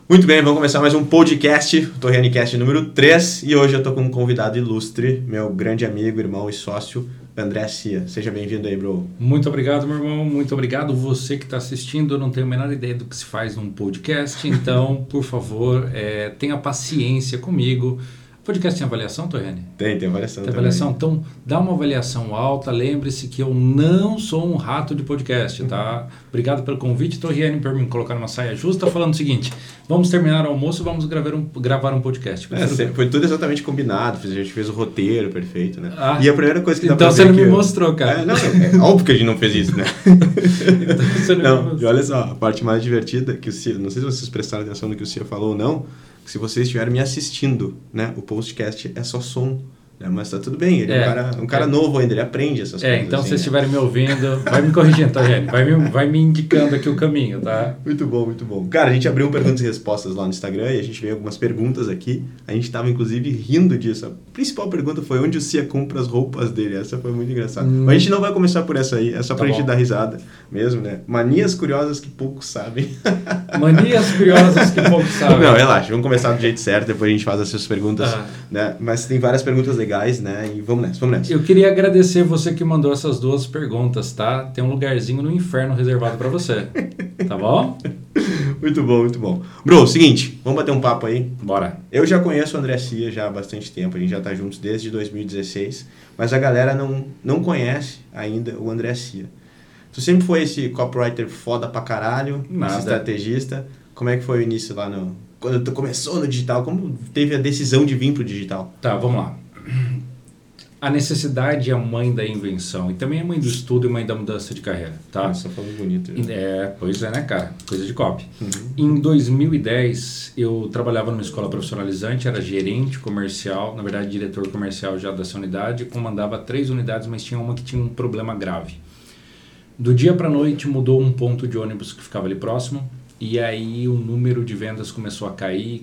Muito bem, vamos começar mais um podcast, Torreanicast número 3, e hoje eu tô com um convidado ilustre, meu grande amigo, irmão e sócio, André Cia. Seja bem-vindo aí, bro. Muito obrigado, meu irmão, muito obrigado. Você que está assistindo, eu não tenho a menor ideia do que se faz num podcast, então, por favor, tenha paciência comigo. O podcast tem avaliação, Torrene? Tem avaliação Tem também. avaliação? Então, dá uma avaliação alta. Lembre-se que eu não sou um rato de podcast, tá? Obrigado pelo convite, Torrene, por me colocar numa saia justa, falando o seguinte: vamos terminar o almoço e vamos gravar um podcast. Foi tudo exatamente combinado, a gente fez o roteiro perfeito, né? E a primeira coisa que dá então pra ver você não me mostrou, cara. É óbvio que a gente não fez isso, né? Então você não me mostrou. E olha só, a parte mais divertida, que o Cia, não sei se vocês prestaram atenção no que o Cia falou ou não, se vocês estiverem me assistindo, né, o podcast é só som, né, mas tá tudo bem, ele é um cara novo ainda, ele aprende essas coisas. Então assim, se vocês estiverem me ouvindo, vai me corrigindo, tá, gente? Vai me indicando aqui o caminho, tá? Muito bom, muito bom. Cara, a gente abriu perguntas e respostas lá no Instagram e a gente veio algumas perguntas aqui, a gente tava inclusive rindo disso. A principal pergunta foi onde o Cia compra as roupas dele, essa foi muito engraçada. Mas a gente não vai começar por essa aí, é só pra gente dar risada mesmo, né? Manias curiosas que poucos sabem. Manias curiosas que poucos sabem. Não, relaxa, vamos começar do jeito certo, depois a gente faz essas perguntas, né? Mas tem várias perguntas legais, né? E vamos nessa. Eu queria agradecer você que mandou essas duas perguntas, tá? Tem um lugarzinho no inferno reservado pra você, tá bom? Muito bom, muito bom. Bro, seguinte, vamos bater um papo aí? Bora. Eu já conheço o André Cia já há bastante tempo, a gente já tá juntos desde 2016, mas a galera não conhece ainda o André Cia. Tu sempre foi esse copywriter foda pra caralho, esse estrategista. Como é que foi o início lá quando tu começou no digital? Como teve a decisão de vir pro digital? Tá, vamos lá. A necessidade é a mãe da invenção e também é mãe do estudo e mãe da mudança de carreira, tá? Nossa, falou bonito. Pois é, né, cara? Coisa de copy. Uhum. Em 2010, eu trabalhava numa escola profissionalizante, era gerente comercial, na verdade, diretor comercial já dessa unidade, comandava 3 unidades, mas tinha uma que tinha um problema grave. Do dia para a noite mudou um ponto de ônibus que ficava ali próximo e aí o número de vendas começou a cair,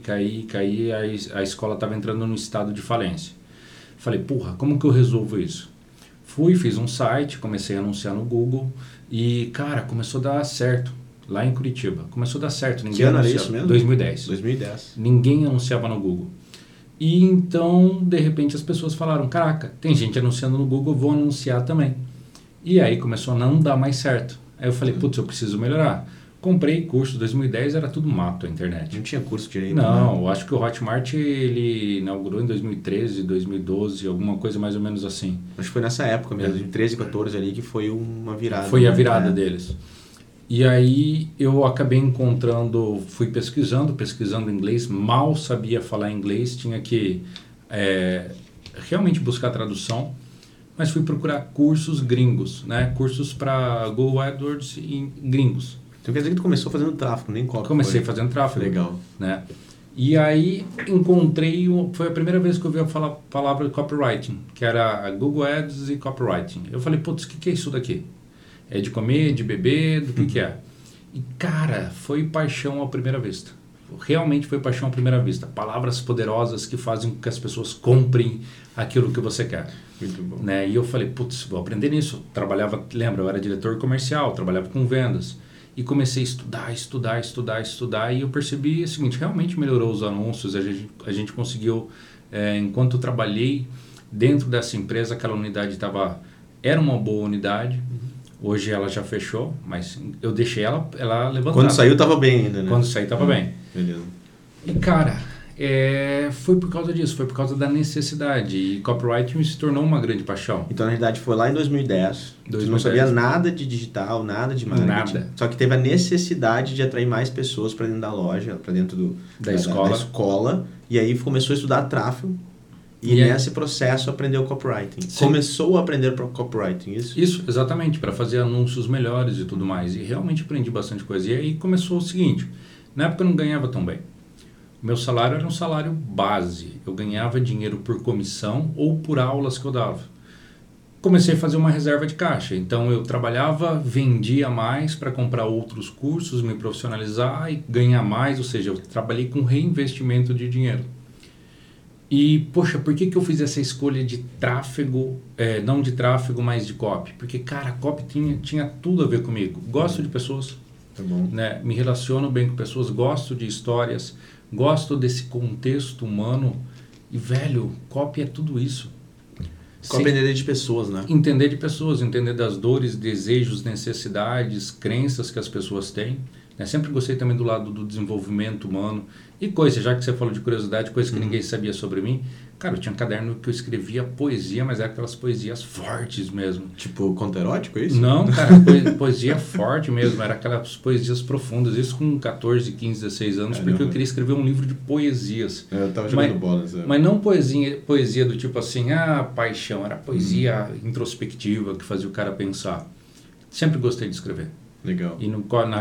a escola estava entrando no estado de falência. Falei, porra, como que eu resolvo isso? Fiz um site, comecei a anunciar no Google e, cara, começou a dar certo lá em Curitiba. Começou a dar certo. Que ano era isso mesmo? 2010. Ninguém anunciava no Google. E então, de repente, as pessoas falaram, caraca, tem gente anunciando no Google, vou anunciar também. E aí começou a não dar mais certo. Aí eu falei, putz, eu preciso melhorar. Comprei curso, 2010 era tudo mato a internet. Não tinha curso direito? Não, né? eu acho que o Hotmart ele inaugurou em 2013, 2012, alguma coisa mais ou menos assim. Acho que foi nessa época mesmo, 2013, 14 ali, que foi uma virada. Foi a virada deles. E aí eu acabei fui pesquisando inglês, mal sabia falar inglês, tinha que realmente buscar tradução. Mas fui procurar cursos gringos, né? Cursos para Google AdWords em gringos. Então quer dizer que tu começou fazendo tráfego, nem copy. Comecei fazendo tráfego. Legal. Né? E aí foi a primeira vez que eu ouvi a palavra copywriting, que era Google Ads e copywriting. Eu falei, putz, o que é isso daqui? É de comer, de beber, do que é? E cara, foi paixão à primeira vista. Realmente foi paixão à primeira vista. Palavras poderosas que fazem com que as pessoas comprem aquilo que você quer. Muito bom. Né? E eu falei, putz, vou aprender nisso. Eu era diretor comercial, trabalhava com vendas. E comecei a estudar. E eu percebi o seguinte, realmente melhorou os anúncios. A gente conseguiu, enquanto eu trabalhei dentro dessa empresa, aquela unidade era uma boa unidade. Hoje ela já fechou, mas eu deixei ela levantada. Quando saiu estava bem ainda, né? Quando saiu estava bem. Beleza. E cara, foi por causa disso, foi por causa da necessidade. E copywriting se tornou uma grande paixão. Então, na realidade, foi lá em 2010. Você não sabia nada de digital, nada de marketing. Nada. Só que teve a necessidade de atrair mais pessoas para dentro da loja, para dentro da escola. E aí começou a estudar tráfego. E nesse processo aprendeu copywriting. Sim. Começou a aprender copywriting, isso? Isso, exatamente, para fazer anúncios melhores e tudo mais. E realmente aprendi bastante coisa. E aí começou o seguinte, na época eu não ganhava tão bem. Meu salário era um salário base. Eu ganhava dinheiro por comissão ou por aulas que eu dava. Comecei a fazer uma reserva de caixa. Então eu trabalhava, vendia mais para comprar outros cursos, me profissionalizar e ganhar mais. Ou seja, eu trabalhei com reinvestimento de dinheiro. E, poxa, por que eu fiz essa escolha de tráfego, não de tráfego, mas de copy? Porque, cara, a copy tinha tudo a ver comigo. Gosto de pessoas, Tá bom. Né? Me relaciono bem com pessoas, gosto de histórias, gosto desse contexto humano. E, velho, copy é tudo isso. Compreender de pessoas, né? Entender de pessoas, entender das dores, desejos, necessidades, crenças que as pessoas têm. Né? Sempre gostei também do lado do desenvolvimento humano. E coisa, já que você falou de curiosidade, coisa que ninguém sabia sobre mim. Cara, eu tinha um caderno que eu escrevia poesia, mas era aquelas poesias fortes mesmo. Tipo, conto erótico, é isso? Não, cara, poesia forte mesmo. Era aquelas poesias profundas. Isso com 14, 15, 16 anos, porque eu queria escrever um livro de poesias. Eu tava jogando bola, sabe? Mas não poesia do tipo assim, paixão. Era poesia introspectiva que fazia o cara pensar. Sempre gostei de escrever. Legal. E num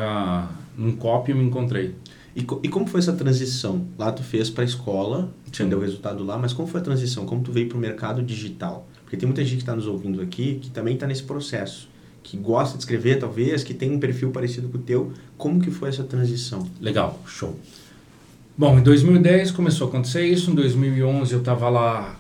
copy eu me encontrei. E como foi essa transição? Lá tu fez para a escola, deu resultado lá, mas como foi a transição? Como tu veio para o mercado digital? Porque tem muita gente que está nos ouvindo aqui que também está nesse processo, que gosta de escrever talvez, que tem um perfil parecido com o teu. Como que foi essa transição? Legal, show. Bom, em 2010 começou a acontecer isso, em 2011 eu estava lá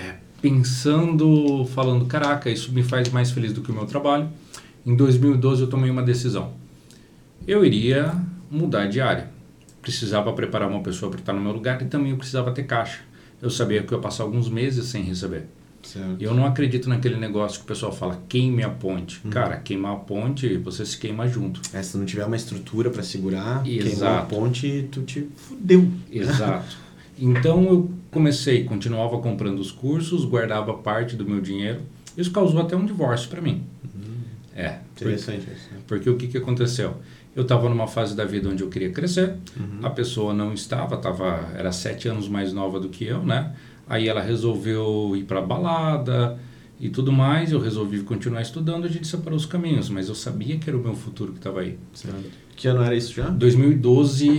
pensando, falando, caraca, isso me faz mais feliz do que o meu trabalho. Em 2012 eu tomei uma decisão. Eu iria mudar de área. Precisava preparar uma pessoa para estar no meu lugar e também eu precisava ter caixa. Eu sabia que eu ia passar alguns meses sem receber. Certo. Eu não acredito naquele negócio que o pessoal fala, queime a ponte. Cara, queimar a ponte, você se queima junto. Se não tiver uma estrutura para segurar, Exato. queimar a ponte, tu te fudeu. Exato. Então eu continuava comprando os cursos, guardava parte do meu dinheiro. Isso causou até um divórcio para mim. Interessante isso. Né? Porque o que aconteceu? Eu estava numa fase da vida onde eu queria crescer, a pessoa não era 7 anos mais nova do que eu, né? Aí ela resolveu ir para balada e tudo mais, eu resolvi continuar estudando, a gente separou os caminhos, mas eu sabia que era o meu futuro que estava aí. Certo. Que ano era isso já? 2012.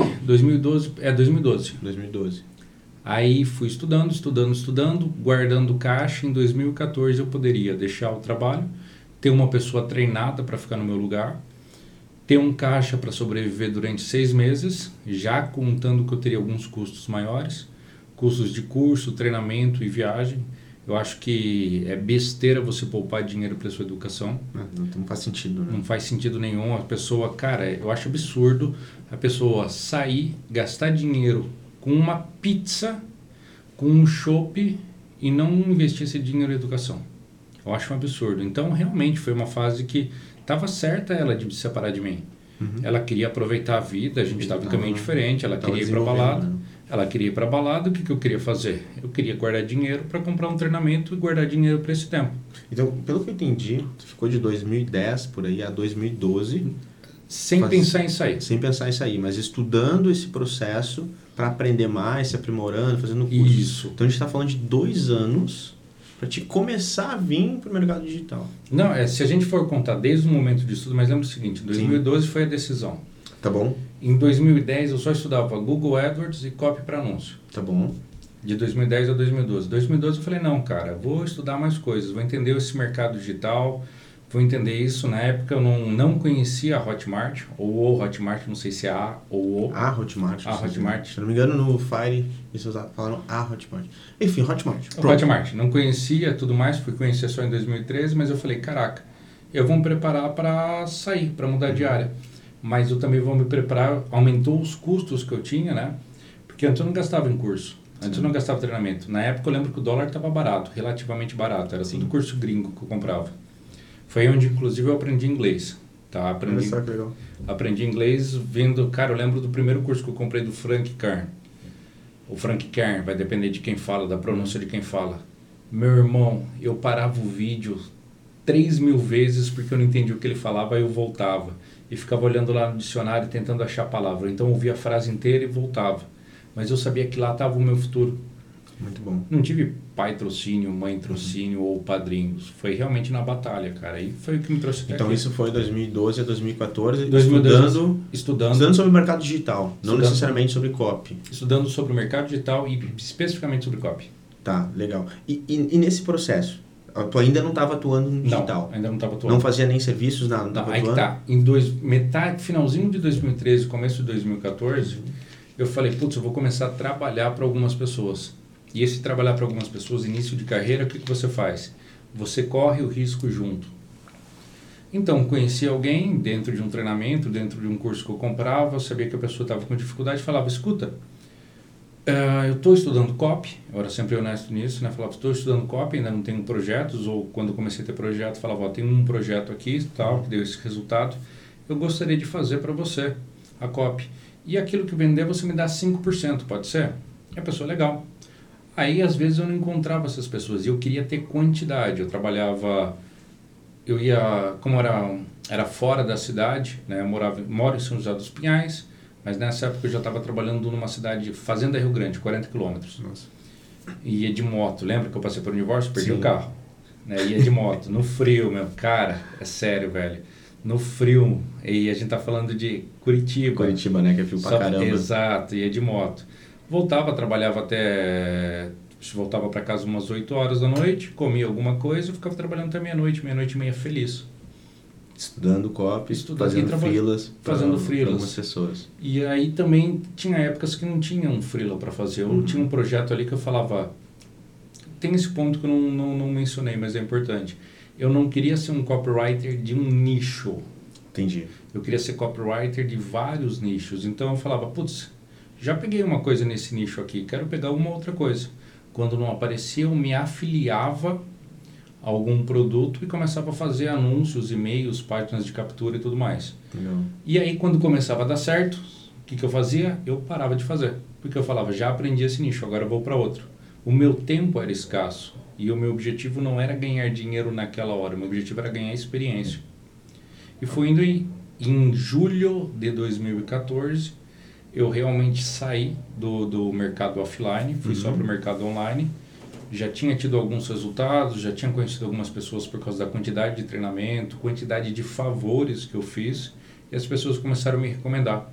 2012. Aí fui estudando, guardando caixa. Em 2014 eu poderia deixar o trabalho, ter uma pessoa treinada para ficar no meu lugar, ter um caixa para sobreviver durante 6 meses, já contando que eu teria alguns custos maiores, custos de curso, treinamento e viagem. Eu acho que é besteira você poupar dinheiro para sua educação. Não faz sentido, né? Não faz sentido nenhum. A pessoa, cara, eu acho absurdo a pessoa sair, gastar dinheiro com uma pizza, com um chopp e não investir esse dinheiro em educação. Eu acho um absurdo. Então, realmente, foi uma fase que estava certa ela de se separar de mim. Ela queria aproveitar a vida, a gente estava em caminho diferente, ela queria ir para balada. Né? Ela queria ir para balada, o que eu queria fazer? Eu queria guardar dinheiro para comprar um treinamento e guardar dinheiro para esse tempo. Então, pelo que eu entendi, tu ficou de 2010 por aí a 2012... Sem pensar em sair. Sem pensar em sair, mas estudando esse processo para aprender mais, se aprimorando, fazendo curso. Isso. Então a gente está falando de 2 anos para te começar a vir para o mercado digital. Não, se a gente for contar desde o momento de estudo, mas lembra o seguinte, em 2012 foi a decisão. Tá bom. Em 2010 eu só estudava Google AdWords e copy para anúncio. Tá bom. De 2010 a 2012. Em 2012 eu falei, não, cara, vou estudar mais coisas, vou entender esse mercado digital, vou entender isso. Na época eu não conhecia a Hotmart, ou o Hotmart, não sei se é a ou o. A Hotmart. A Hotmart. Se não me engano, no Fire, eles falaram a Hotmart. Enfim, Hotmart. Hotmart. Não conhecia tudo mais, fui conhecer só em 2013, mas eu falei, caraca, eu vou me preparar para sair, para mudar de área. Mas eu também vou me preparar, aumentou os custos que eu tinha, né? Porque antes eu não gastava em curso, antes eu não gastava treinamento. Na época eu lembro que o dólar estava barato, relativamente barato, era tudo curso gringo que eu comprava. Foi onde, inclusive, eu aprendi inglês. Tá? Aprendi inglês vendo... Cara, eu lembro do primeiro curso que eu comprei do Frank Kern. O Frank Kern, vai depender de quem fala, da pronúncia de quem fala. Meu irmão, eu parava o vídeo 3.000 vezes porque eu não entendia o que ele falava, aí eu voltava. E ficava olhando lá no dicionário tentando achar a palavra. Então eu ouvia a frase inteira e voltava. Mas eu sabia que lá estava o meu futuro. Muito bom. Não tive pai trocínio, mãe trocínio ou padrinhos. Foi realmente na batalha, cara. E foi o que me trouxe até Então aqui. Isso foi 2012 a 2014, 2012, estudando sobre o mercado digital, não necessariamente sobre copy. Estudando sobre o mercado digital e especificamente sobre copy. Tá, legal. E nesse processo, tu ainda não estava atuando no digital? Não, ainda não estava atuando. Não fazia nem serviços, nada? Não estava atuando? Aí que tá. Finalzinho de 2013, começo de 2014, eu falei, putz, eu vou começar a trabalhar para algumas pessoas. E esse trabalhar para algumas pessoas, início de carreira, o que você faz? Você corre o risco junto. Então, conhecia alguém dentro de um treinamento, dentro de um curso que eu comprava, eu sabia que a pessoa estava com dificuldade, falava, escuta, eu estou estudando copy, eu era sempre honesto nisso, né? Falava, estou estudando copy, ainda não tenho projetos, ou quando eu comecei a ter projeto, falava, tem um projeto aqui, tal, que deu esse resultado, eu gostaria de fazer para você a copy. E aquilo que vender, você me dá 5%, pode ser? E a pessoa, legal. Aí, às vezes, eu não encontrava essas pessoas, e eu queria ter quantidade, eu trabalhava... Eu ia, como era fora da cidade, né? Moro em São José dos Pinhais, mas nessa época eu já estava trabalhando numa cidade, Fazenda Rio Grande, 40 quilômetros. Nossa. Ia de moto, lembra que eu passei por um divórcio? Perdi Sim. o carro. Né? Ia de moto, no frio, meu, cara, é sério, velho. No frio, e a gente tá falando de Curitiba. Curitiba, né? Que é frio pra caramba. Exato, ia de moto. Voltava, trabalhava voltava para casa umas 8 horas da noite, comia alguma coisa e ficava trabalhando até meia-noite e meia feliz. Estudando copy, fazendo freelas para algumas pessoas. E aí também tinha épocas que não tinha um freela para fazer. Eu tinha um projeto ali que eu falava... Tem esse ponto que eu não mencionei, mas é importante. Eu não queria ser um copywriter de um nicho. Entendi. Eu queria ser copywriter de vários nichos. Então eu falava, putz, já peguei uma coisa nesse nicho aqui, quero pegar uma outra coisa. Quando não aparecia, eu me afiliava a algum produto e começava a fazer anúncios, e-mails, páginas de captura e tudo mais. Não. E aí, quando começava a dar certo, o que eu fazia? Eu parava de fazer. Porque eu falava, já aprendi esse nicho, agora eu vou para outro. O meu tempo era escasso e o meu objetivo não era ganhar dinheiro naquela hora, o meu objetivo era ganhar experiência. E foi indo em julho de 2014... eu realmente saí do mercado offline, fui só para o mercado online, já tinha tido alguns resultados, já tinha conhecido algumas pessoas por causa da quantidade de treinamento, quantidade de favores que eu fiz, e as pessoas começaram a me recomendar.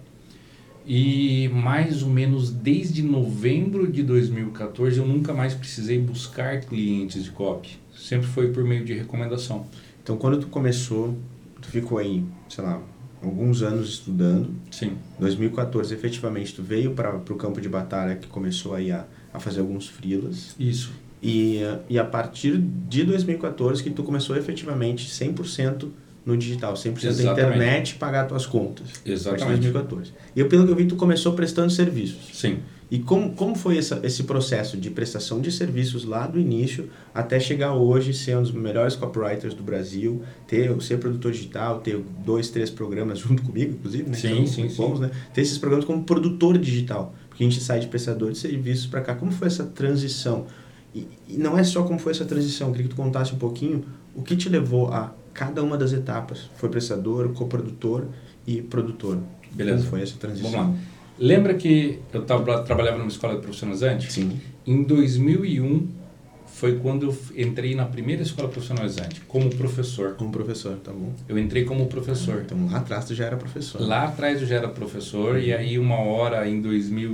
E mais ou menos desde novembro de 2014 eu nunca mais precisei buscar clientes de copy, sempre foi por meio de recomendação. Então quando tu começou, tu ficou aí, sei lá, alguns anos estudando. Sim. 2014, efetivamente, tu veio para o campo de batalha, que começou aí a fazer alguns freelas. Isso. E a partir de 2014 que tu começou efetivamente 100% no digital, 100% na internet, pagar tuas contas. Exatamente. A partir de 2014. E pelo que eu vi, tu começou prestando serviços. Sim. E como foi esse processo de prestação de serviços lá do início até chegar hoje, ser um dos melhores copywriters do Brasil, ser produtor digital, ter 2, 3 programas junto comigo, inclusive, né? Sim, sim. Né? Ter esses programas como produtor digital, porque a gente sai de prestador de serviços para cá. Como foi essa transição? E não é só como foi essa transição, eu queria que tu contasse um pouquinho o que te levou a cada uma das etapas. Foi prestador, coprodutor e produtor. Beleza. Como foi essa transição? Vamos lá. Lembra que eu trabalhava numa escola de profissionalizante? Sim. Em 2001 foi quando eu entrei na primeira escola profissionalizante, como professor. Como professor, tá bom. Eu entrei como professor. Então lá atrás tu já era professor. Lá atrás eu já era professor e aí uma hora em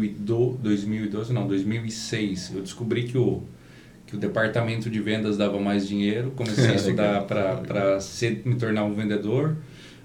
2006 eu descobri que o departamento de vendas dava mais dinheiro, comecei a estudar para me tornar um vendedor.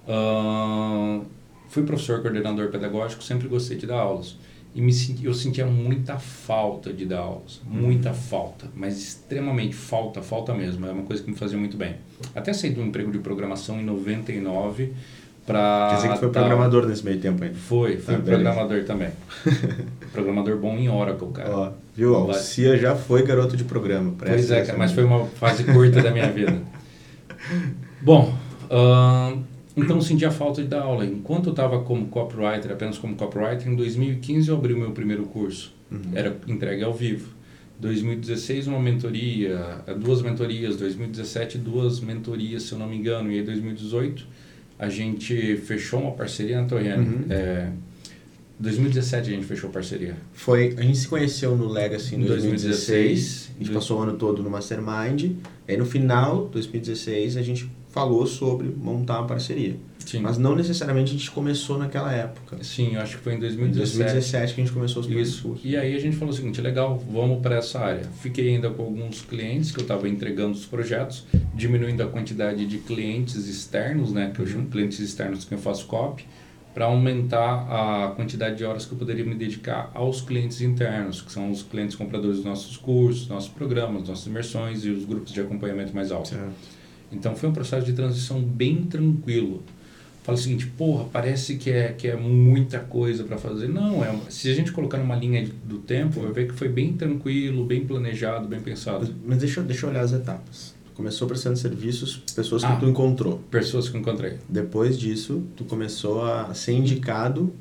Fui professor, coordenador pedagógico, sempre gostei de dar aulas. E eu sentia muita falta de dar aulas, muita falta, mas extremamente falta mesmo, é uma coisa que me fazia muito bem. Até saí do emprego de programação em 99 para... Quer dizer que foi programador nesse meio tempo ainda? Fui programador também. Programador bom em Oracle, cara. Ó, viu? O Cia já foi garoto de programa. Pois é, mas foi uma fase curta da minha vida. Bom... Então, sentia falta de dar aula. Enquanto eu estava como copywriter, apenas como copywriter, em 2015 eu abri o meu primeiro curso. Era entregue ao vivo. 2016 uma mentoria, 2 mentorias. 2017 2 mentorias, se eu não me engano. E aí 2018 a gente fechou uma parceria na Torriane. 2017 a gente fechou parceria. A gente se conheceu no Legacy em 2016. A gente passou o ano todo no Mastermind. Aí no final de 2016 a gente falou sobre montar uma parceria. Sim. Mas não necessariamente a gente começou naquela época. Sim, eu acho que foi em 2017. Em 2017 que a gente começou os primeiros cursos. E aí a gente falou o seguinte, legal, vamos para essa área. Fiquei ainda com alguns clientes que eu estava entregando os projetos, diminuindo a quantidade de clientes externos, né, que eu chamo de clientes externos que eu faço copy, para aumentar a quantidade de horas que eu poderia me dedicar aos clientes internos, que são os clientes compradores dos nossos cursos, nossos programas, nossas imersões e os grupos de acompanhamento mais alto. Certo. Então foi um processo de transição bem tranquilo. Fala o seguinte, porra, parece que é muita coisa para fazer. Não, se a gente colocar numa linha do tempo, vai ver que foi bem tranquilo, bem planejado, bem pensado. Mas deixa eu olhar as etapas. Começou prestando serviços, pessoas que tu encontrou. Pessoas que eu encontrei. Depois disso, tu começou a ser indicado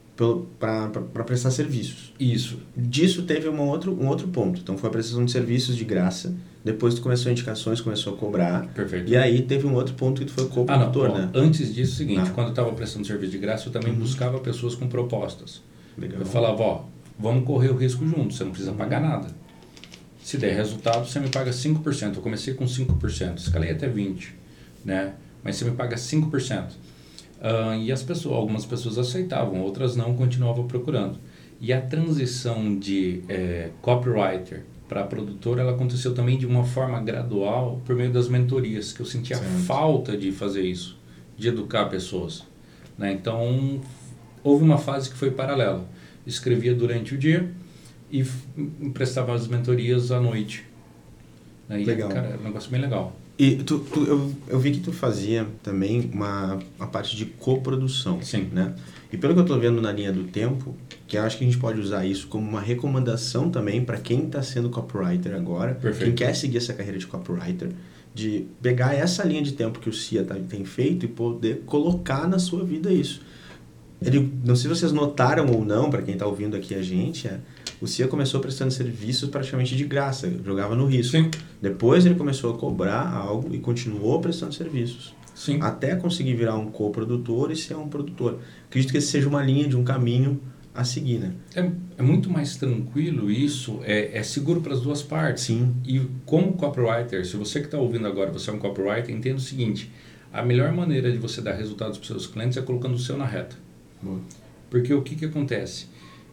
para prestar serviços. Isso. Disso teve um outro ponto. Então foi a prestação de serviços de graça. Depois tu começou indicações, começou a cobrar. Perfeito. E aí teve um outro ponto que tu foi co-produtor, né? Antes disso, é o seguinte, quando eu estava prestando serviço de graça, eu também buscava pessoas com propostas. Legal. Eu falava, vamos correr o risco juntos, você não precisa pagar nada. Se der resultado, você me paga 5%. Eu comecei com 5%, escalei até 20%, né? Mas você me paga 5%. E algumas pessoas aceitavam, outras não, continuavam procurando. E a transição de copywriter para produtor, ela aconteceu também de uma forma gradual por meio das mentorias, que eu sentia falta de fazer isso, de educar pessoas, né? Então, houve uma fase que foi paralela. Escrevia durante o dia e prestava as mentorias à noite. Né? E, legal. Cara, é um negócio bem legal. E eu vi que tu fazia também uma parte de coprodução. Sim. Né? E pelo que eu estou vendo na linha do tempo, que eu acho que a gente pode usar isso como uma recomendação também para quem está sendo copywriter agora, Perfeito. Quem quer seguir essa carreira de copywriter, de pegar essa linha de tempo que o CIA tem feito e poder colocar na sua vida isso. Não sei se vocês notaram ou não, para quem está ouvindo aqui a gente, o CIA começou prestando serviços praticamente de graça, jogava no risco. Sim. Depois ele começou a cobrar algo e continuou prestando serviços. Sim. Até conseguir virar um coprodutor e ser um produtor. Acredito que esse seja uma linha de um caminho a seguir, né? É muito mais tranquilo isso, é seguro para as duas partes. Sim. E como copywriter, se você que está ouvindo agora, você é um copywriter, entenda o seguinte, a melhor maneira de você dar resultados para os seus clientes é colocando o seu na reta. Boa. Porque o que acontece?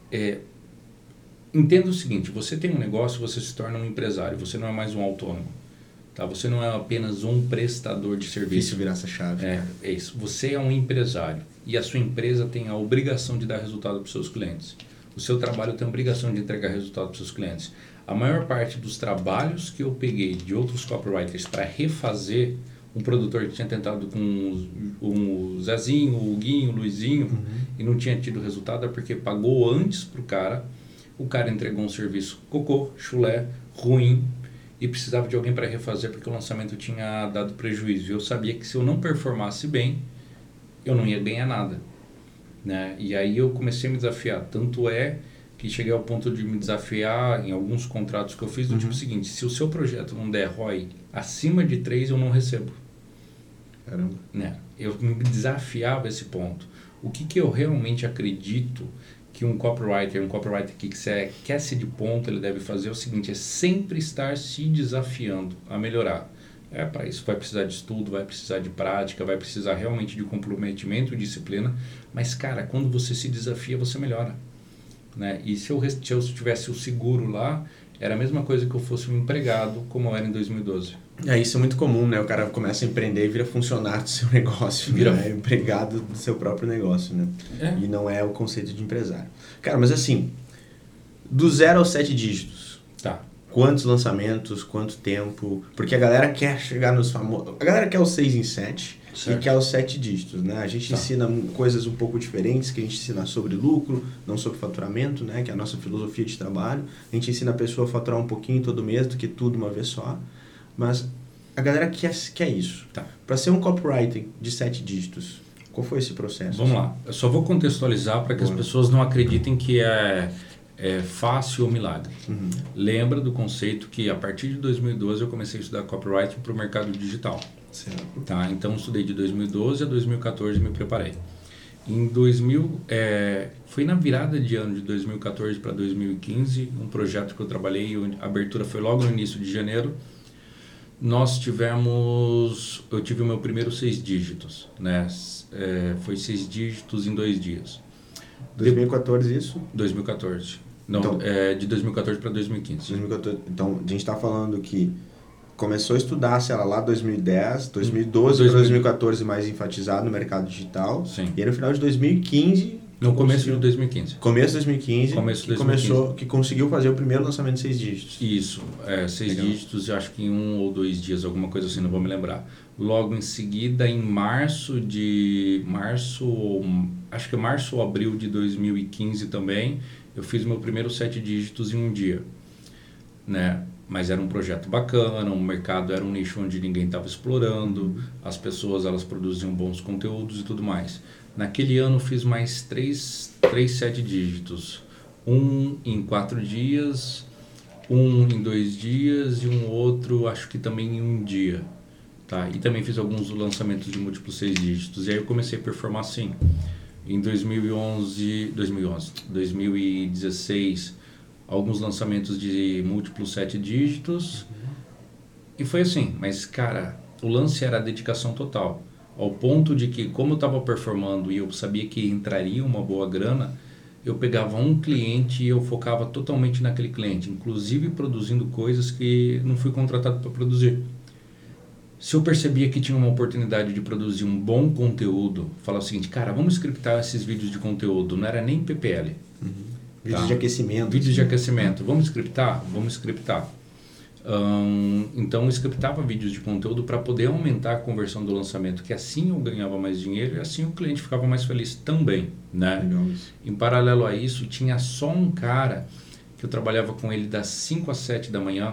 Entenda o seguinte, você tem um negócio, você se torna um empresário, você não é mais um autônomo. Tá? Você não é apenas um prestador de serviço. Difícil virar essa chave. É isso. Você é um empresário e a sua empresa tem a obrigação de dar resultado para os seus clientes. O seu trabalho tem a obrigação de entregar resultado para os seus clientes. A maior parte dos trabalhos que eu peguei de outros copywriters para refazer um produtor que tinha tentado com o Zezinho, o Guinho, o Luizinho e não tinha tido resultado é porque pagou antes para o cara entregou um serviço cocô, chulé, ruim e precisava de alguém para refazer porque o lançamento tinha dado prejuízo. Eu sabia que se eu não performasse bem, eu não ia ganhar nada, né? E aí eu comecei a me desafiar. Tanto é que cheguei ao ponto de me desafiar em alguns contratos que eu fiz do tipo seguinte, se o seu projeto não der ROI acima de 3, eu não recebo. Caramba. Né? Eu me desafiava a esse ponto. O que eu realmente acredito que um copywriter que quer ser de ponta, ele deve fazer é o seguinte, é sempre estar se desafiando a melhorar. Para isso vai precisar de estudo, vai precisar de prática, vai precisar realmente de comprometimento e disciplina, mas cara, quando você se desafia, você melhora. Né? E se eu tivesse o seguro lá, era a mesma coisa que eu fosse um empregado, como eu era em 2012. Isso é muito comum, né? O cara começa a empreender e vira funcionário do seu negócio, né? Empregado do seu próprio negócio, né? E não é o conceito de empresário. Cara, mas assim, do 0 aos 7 dígitos, tá. Quantos lançamentos, quanto tempo? Porque a galera quer chegar nos famosos... A galera quer os 6 em 7 e quer os 7 dígitos, né? A gente ensina coisas um pouco diferentes, que a gente ensina sobre lucro, não sobre faturamento, né? Que é a nossa filosofia de trabalho. A gente ensina a pessoa a faturar um pouquinho todo mês do que tudo uma vez só. Mas a galera quer isso. Tá. Para ser um copywriting de 7 dígitos, qual foi esse processo? Vamos lá. Eu só vou contextualizar para que as pessoas não acreditem que é fácil ou milagre. Lembra do conceito que a partir de 2012 eu comecei a estudar copywriting para o mercado digital. Certo. Tá? Então eu estudei de 2012 a 2014 e me preparei. Foi na virada de ano de 2014 para 2015, um projeto que eu trabalhei, a abertura foi logo no início de janeiro. Eu tive o meu primeiro 6 dígitos, né? Foi 6 dígitos em 2 dias. 2014 isso? 2014. Não, então, de 2014 para 2015. 2014. Então, a gente está falando que começou a estudar, sei lá 2010, 2012 para 2014 mais enfatizado no mercado digital. Sim. E aí no final de 2015 No começo de 2015. Começo de 2015. Começo de 2015. Que conseguiu fazer o primeiro lançamento de 6 dígitos. Isso, 6 dígitos, eu acho que em 1 ou 2 dias, alguma coisa assim, não vou me lembrar. Logo em seguida, em março, acho que março ou abril de 2015 também, eu fiz meu primeiro 7 dígitos em um dia, né? Mas era um projeto bacana, o mercado era um nicho onde ninguém estava explorando, as pessoas elas produziam bons conteúdos e tudo mais. Naquele ano fiz mais 3 7 dígitos, um em 4 dias, um em 2 dias e um outro acho que também em um dia. Tá? E também fiz alguns lançamentos de múltiplos 6 dígitos. E aí eu comecei a performar assim. Em 2016, alguns lançamentos de múltiplos 7 dígitos. E foi assim. Mas, cara, o lance era a dedicação total. Ao ponto de que, como eu estava performando e eu sabia que entraria uma boa grana, eu pegava um cliente e eu focava totalmente naquele cliente. Inclusive produzindo coisas que não fui contratado para produzir. Se eu percebia que tinha uma oportunidade de produzir um bom conteúdo, falava o seguinte, cara, vamos scriptar esses vídeos de conteúdo, não era nem PPL. Vídeos de aquecimento. Vídeos de aquecimento. Vamos scriptar? Vamos scriptar. Então eu scriptava vídeos de conteúdo para poder aumentar a conversão do lançamento, que assim eu ganhava mais dinheiro e assim o cliente ficava mais feliz também, né? Em paralelo a isso, tinha só um cara que eu trabalhava com ele das 5 às 7 da manhã,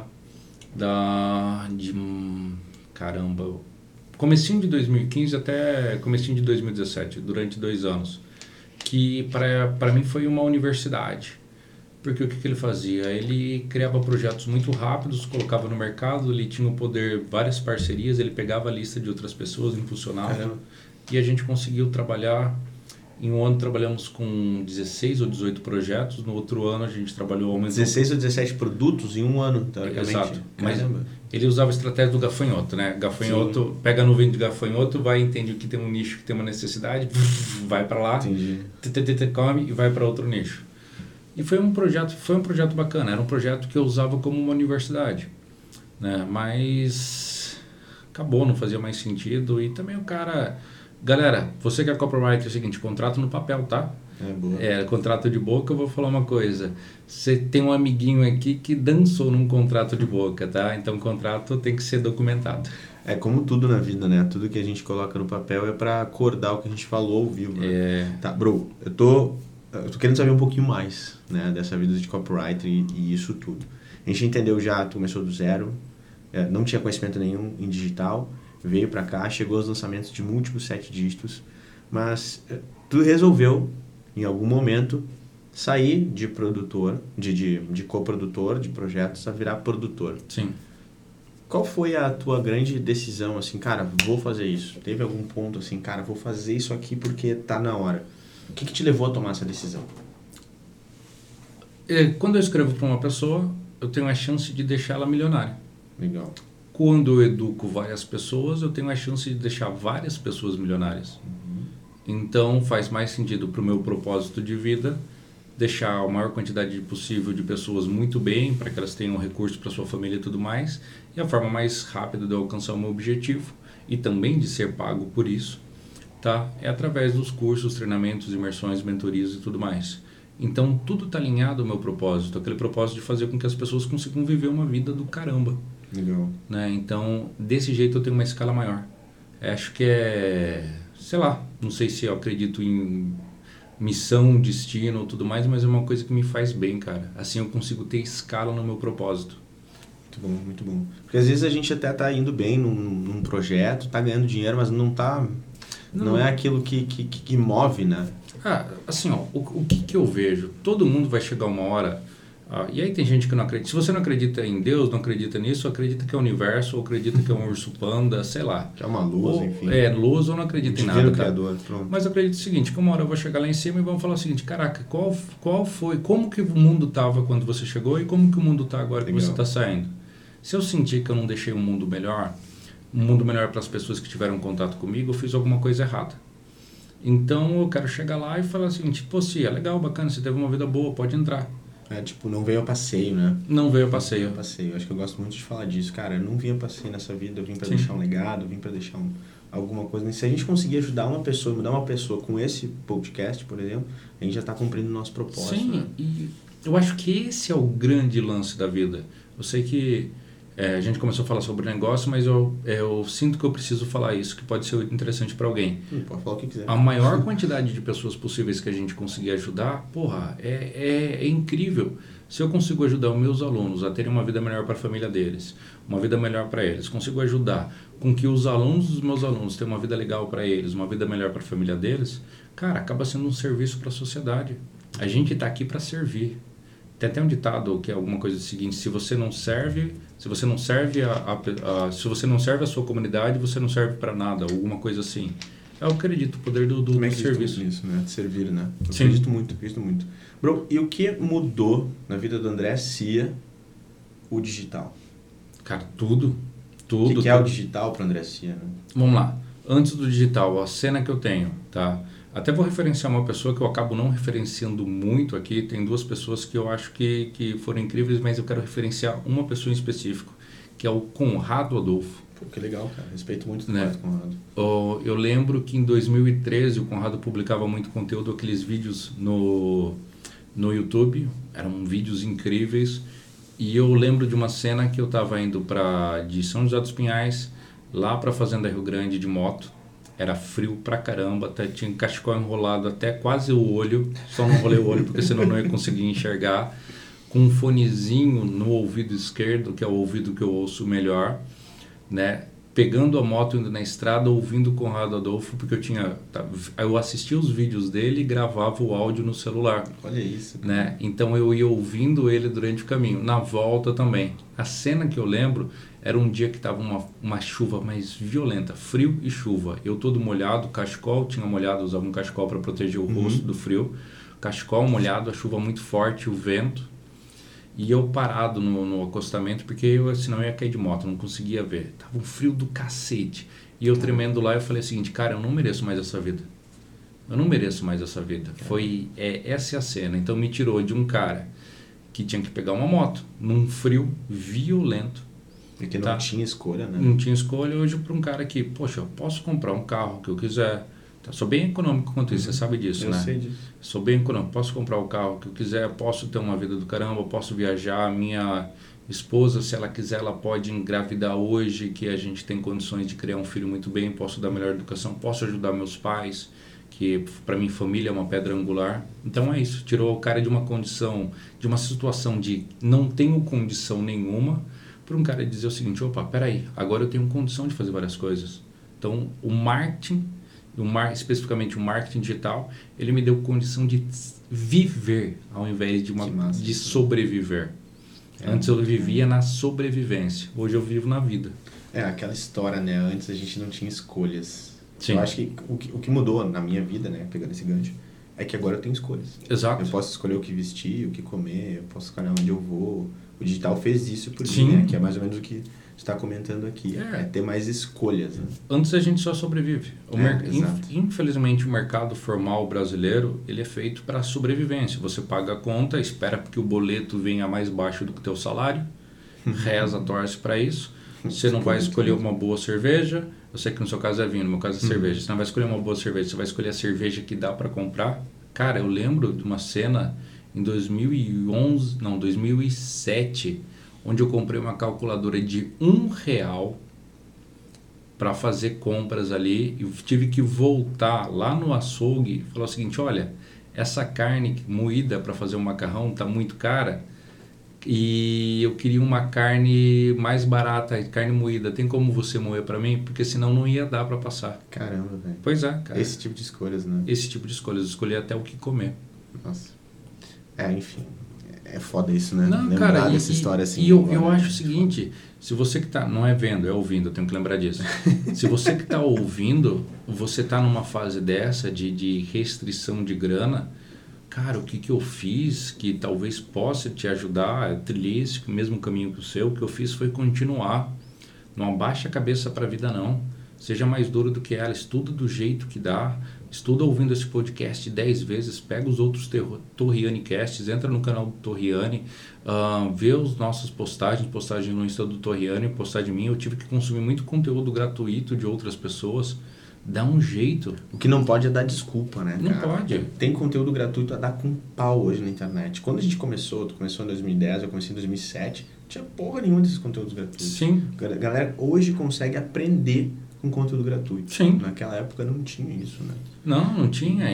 comecinho de 2015 até comecinho de 2017, durante 2 anos, que para mim foi uma universidade, porque o que ele fazia? Ele criava projetos muito rápidos, colocava no mercado, ele tinha o poder, várias parcerias, ele pegava a lista de outras pessoas, impulsionava, e a gente conseguiu trabalhar. Em um ano trabalhamos com 16 ou 18 projetos, no outro ano a gente trabalhou... Aumentou 16 ou 17 produtos em um ano, teoricamente. Exato, mas ele usava a estratégia do gafanhoto, né? Gafanhoto, sim. Pega a nuvem de gafanhoto, vai, entende que tem um nicho, que tem uma necessidade, vai para lá, come e vai para outro nicho. E foi um projeto bacana, era um projeto que eu usava como uma universidade, né? Mas acabou, não fazia mais sentido e também o cara... Galera, você que é copywriter, é o seguinte, contrato no papel, tá? Boa. Contrato de boca, eu vou falar uma coisa. Você tem um amiguinho aqui que dançou num contrato de boca, tá? Então o contrato tem que ser documentado. É como tudo na vida, né? Tudo que a gente coloca no papel é para acordar o que a gente falou ao vivo, né? Tá, bro, eu tô querendo saber um pouquinho mais, né? Dessa vida de copywriter e isso tudo. A gente entendeu já, tu começou do zero, não tinha conhecimento nenhum em digital, veio para cá, chegou aos lançamentos de múltiplos 7 dígitos, mas tu resolveu, em algum momento, sair de produtor, de coprodutor de projetos a virar produtor. Sim. Qual foi a tua grande decisão, assim, cara, vou fazer isso? Teve algum ponto assim, cara, vou fazer isso aqui porque tá na hora? O que te levou a tomar essa decisão? Quando eu escrevo para uma pessoa, eu tenho a chance de deixar ela milionária. Legal. Quando eu educo várias pessoas, eu tenho a chance de deixar várias pessoas milionárias. Então, faz mais sentido para o meu propósito de vida deixar a maior quantidade possível de pessoas muito bem, para que elas tenham recursos para sua família e tudo mais. E a forma mais rápida de eu alcançar o meu objetivo e também de ser pago por isso, tá? É através dos cursos, treinamentos, imersões, mentorias e tudo mais. Então, tudo está alinhado ao meu propósito, aquele propósito de fazer com que as pessoas consigam viver uma vida do caramba. Legal. Né? Então, desse jeito eu tenho uma escala maior. Acho que sei lá, não sei se eu acredito em missão, destino ou tudo mais, mas é uma coisa que me faz bem, cara. Assim eu consigo ter escala no meu propósito. Muito bom, muito bom. Porque às vezes a gente até tá indo bem num projeto, tá ganhando dinheiro, mas não é aquilo que move, né? Assim, ó, o que eu vejo? Todo mundo vai chegar uma hora... e aí tem gente que não acredita. Se você não acredita em Deus, não acredita nisso, acredita que é o universo, ou acredita que é um urso panda, sei lá. Que é uma luz, enfim. Luz ou não acredita em nada. Criador, mas eu acredito o seguinte, que uma hora eu vou chegar lá em cima e vão falar o seguinte, caraca, como que o mundo estava quando você chegou e como que o mundo está agora que você está saindo? Se eu sentir que eu não deixei um mundo melhor para as pessoas que tiveram contato comigo, eu fiz alguma coisa errada. Então eu quero chegar lá e falar o seguinte, pô, sim, é legal, bacana, você teve uma vida boa, pode entrar. Não veio a passeio, né? Não veio a passeio. Eu acho que eu gosto muito de falar disso. Cara, eu não vim a passeio nessa vida, eu vim pra deixar um legado, eu vim pra deixar alguma coisa. Se a gente conseguir ajudar uma pessoa, mudar uma pessoa com esse podcast, por exemplo, a gente já está cumprindo o nosso propósito. Sim, né? e eu acho que esse é o grande lance da vida. Eu sei que a gente começou a falar sobre negócio, mas eu sinto que eu preciso falar isso, que pode ser interessante para alguém. Pode falar o que quiser. A maior quantidade de pessoas possíveis que a gente conseguir ajudar, porra, é incrível. Se eu consigo ajudar os meus alunos a terem uma vida melhor para a família deles, uma vida melhor para eles, consigo ajudar com que os alunos dos meus alunos tenham uma vida legal para eles, uma vida melhor para a família deles, cara, acaba sendo um serviço para a sociedade. A gente está aqui para servir. Tem até um ditado que é alguma coisa do seguinte: se você não serve a sua comunidade, você não serve para nada, alguma coisa assim. Eu acredito, o poder do serviço. Nisso, né? De servir, né? Eu Sim. acredito muito. Bro, e o que mudou na vida do André Cia o digital? Cara, tudo. O que é o digital para o André Cia, né? Vamos lá. Antes do digital, a cena que eu tenho, tá? Até vou referenciar uma pessoa que eu acabo não referenciando muito aqui. Tem duas pessoas que eu acho que foram incríveis, mas eu quero referenciar uma pessoa em específico, que é o Conrado Adolfo. Pô, que legal, cara. Respeito muito o trabalho do Conrado. Eu lembro que em 2013 o Conrado publicava muito conteúdo, aqueles vídeos no YouTube. Eram vídeos incríveis. E eu lembro de uma cena que eu estava indo de São José dos Pinhais, lá para a Fazenda Rio Grande de moto. Era frio pra caramba, até tinha cachecol enrolado até quase o olho. Só não enrolei o olho porque senão não ia conseguir enxergar. Com um fonezinho no ouvido esquerdo, que é o ouvido que eu ouço melhor, né? Pegando a moto, indo na estrada, ouvindo o Conrado Adolfo, porque eu assistia os vídeos dele e gravava o áudio no celular. Olha isso. Né? Então eu ia ouvindo ele durante o caminho, na volta também. A cena que eu lembro era um dia que estava uma chuva mais violenta, frio e chuva. Eu todo molhado, cachecol, tinha molhado, usava um cachecol para proteger o rosto do frio. Cachecol molhado, a chuva muito forte, o vento. E eu parado no acostamento, porque senão eu ia cair de moto, não conseguia ver. Tava um frio do cacete. E eu tremendo lá, eu falei o seguinte: cara, eu não mereço mais essa vida. Eu não mereço mais essa vida. Essa é a cena. Então me tirou de um cara que tinha que pegar uma moto num frio violento. E que não tinha escolha, né? Não tinha escolha. Hoje para um cara que, poxa, eu posso comprar um carro que eu quiser. Sou bem econômico quanto isso, você sabe disso, né? Eu sei disso. Sou bem econômico. Posso comprar o carro que eu quiser, posso ter uma vida do caramba, posso viajar. Minha esposa, se ela quiser, ela pode engravidar hoje, que a gente tem condições de criar um filho muito bem. Posso dar melhor educação, posso ajudar meus pais, que para mim família é uma pedra angular. Então é isso, tirou o cara de uma condição, de uma situação de não tenho condição nenhuma, para um cara dizer o seguinte: opa, peraí, agora eu tenho condição de fazer várias coisas. Então o marketing, especificamente o marketing digital, ele me deu condição de viver ao invés de sobreviver. Antes eu vivia na sobrevivência, hoje eu vivo na vida. Aquela história, né? Antes a gente não tinha escolhas. Sim. Eu acho que o que mudou na minha vida, né, pegando esse gancho, é que agora eu tenho escolhas. Exato. Eu posso escolher o que vestir, o que comer, eu posso escolher onde eu vou. O digital fez isso por Sim. mim, né? Que é mais ou menos o que você está comentando aqui. É ter mais escolhas, né? Antes a gente só sobrevive. Exato. Infelizmente o mercado formal brasileiro, ele é feito para sobrevivência. Você paga a conta, espera que o boleto venha mais baixo do que o teu salário, reza, torce para isso. Você não vai escolher uma boa cerveja. Eu sei que no seu caso é vinho, no meu caso é cerveja. Você não vai escolher uma boa cerveja, você vai escolher a cerveja que dá para comprar. Cara, eu lembro de uma cena em 2007, onde eu comprei uma calculadora de R$1 para fazer compras ali. Eu tive que voltar lá no açougue e falar o seguinte: olha, essa carne moída para fazer um macarrão tá muito cara. E eu queria uma carne mais barata, carne moída. Tem como você moer para mim? Porque senão não ia dar para passar. Caramba, velho. Pois é, cara. Esse tipo de escolhas, né? Esse tipo de escolhas. Escolher até o que comer. Nossa. Enfim. É foda isso, né? Não, lembrar cara, dessa história assim. E eu acho o seguinte: se você que tá... Não é vendo, é ouvindo, eu tenho que lembrar disso. Se você que tá ouvindo, você tá numa fase dessa de restrição de grana... Cara, o que eu fiz que talvez possa te ajudar, eu trilhei esse mesmo caminho que o seu, o que eu fiz foi continuar. Não abaixa a cabeça para a vida, não. Seja mais duro do que ela, estuda do jeito que dá, estuda ouvindo esse podcast 10 vezes, pega os outros Torriani Casts, entra no canal do Torriani, vê as nossas postagem no Insta do Torriani, postagem minha. Eu tive que consumir muito conteúdo gratuito de outras pessoas. Dá um jeito. O que não pode é dar desculpa, né, Não cara? pode. Tem conteúdo gratuito a dar com pau hoje na internet. Quando a gente começou, tu começou em 2010, eu comecei em 2007, não tinha porra nenhuma desses conteúdos gratuitos. Sim. A galera hoje consegue aprender com conteúdo gratuito. Sim. Naquela época não tinha isso, né? Não tinha.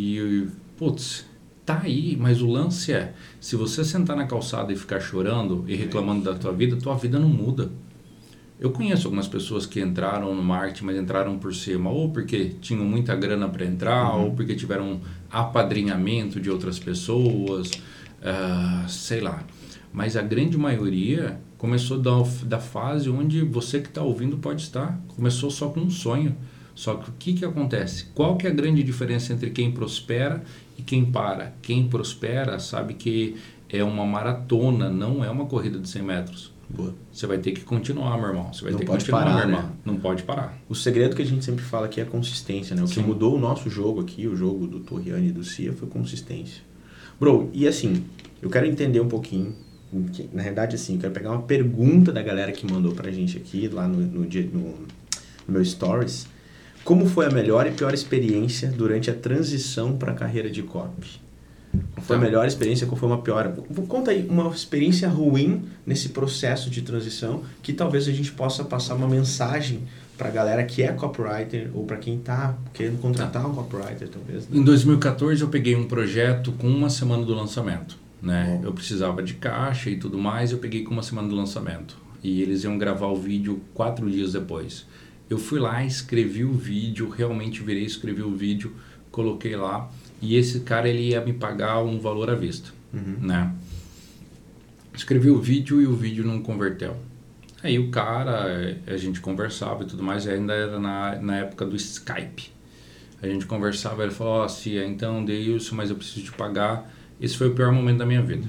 Putz, tá aí. Mas o lance é, se você sentar na calçada e ficar chorando e reclamando da tua vida não muda. Eu conheço algumas pessoas que entraram no marketing, mas entraram por cima, ou porque tinham muita grana para entrar, ou porque tiveram apadrinhamento de outras pessoas, sei lá. Mas a grande maioria começou da fase onde você que está ouvindo pode estar. Começou só com um sonho. Só que o que acontece? Qual que é a grande diferença entre quem prospera e quem para? Quem prospera sabe que é uma maratona, não é uma corrida de 100 metros. Boa. Você vai ter que continuar, meu irmão. Você vai Não ter que pode continuar, parar, meu irmão. né? Não pode parar. O segredo que a gente sempre fala aqui é a consistência, né? O que Sim. mudou o nosso jogo aqui, o jogo do Torriani e do Cia, foi consistência. Bro, e assim, eu quero entender um pouquinho, na verdade assim, eu quero pegar uma pergunta da galera que mandou pra gente aqui, lá no meu stories. Como foi a melhor e pior experiência durante a transição para a carreira de copy? Qual foi a melhor experiência, qual foi uma pior? Conta aí uma experiência ruim nesse processo de transição, que talvez a gente possa passar uma mensagem para a galera que é copywriter ou para quem está querendo contratar um copywriter, talvez. Né? Em 2014 eu peguei um projeto com uma semana do lançamento, né? Eu precisava de caixa e tudo mais, eu peguei com uma semana do lançamento. E eles iam gravar o vídeo 4 dias depois. Eu fui lá, escrevi o vídeo, realmente virei, escrevi o vídeo, coloquei lá. E esse cara, ele ia me pagar um valor à vista, né? Escrevi o vídeo e o vídeo não converteu. Aí o cara, a gente conversava e tudo mais, e ainda era na época do Skype. A gente conversava, ele falou, Cia, então dei isso, mas eu preciso te pagar. Esse foi o pior momento da minha vida.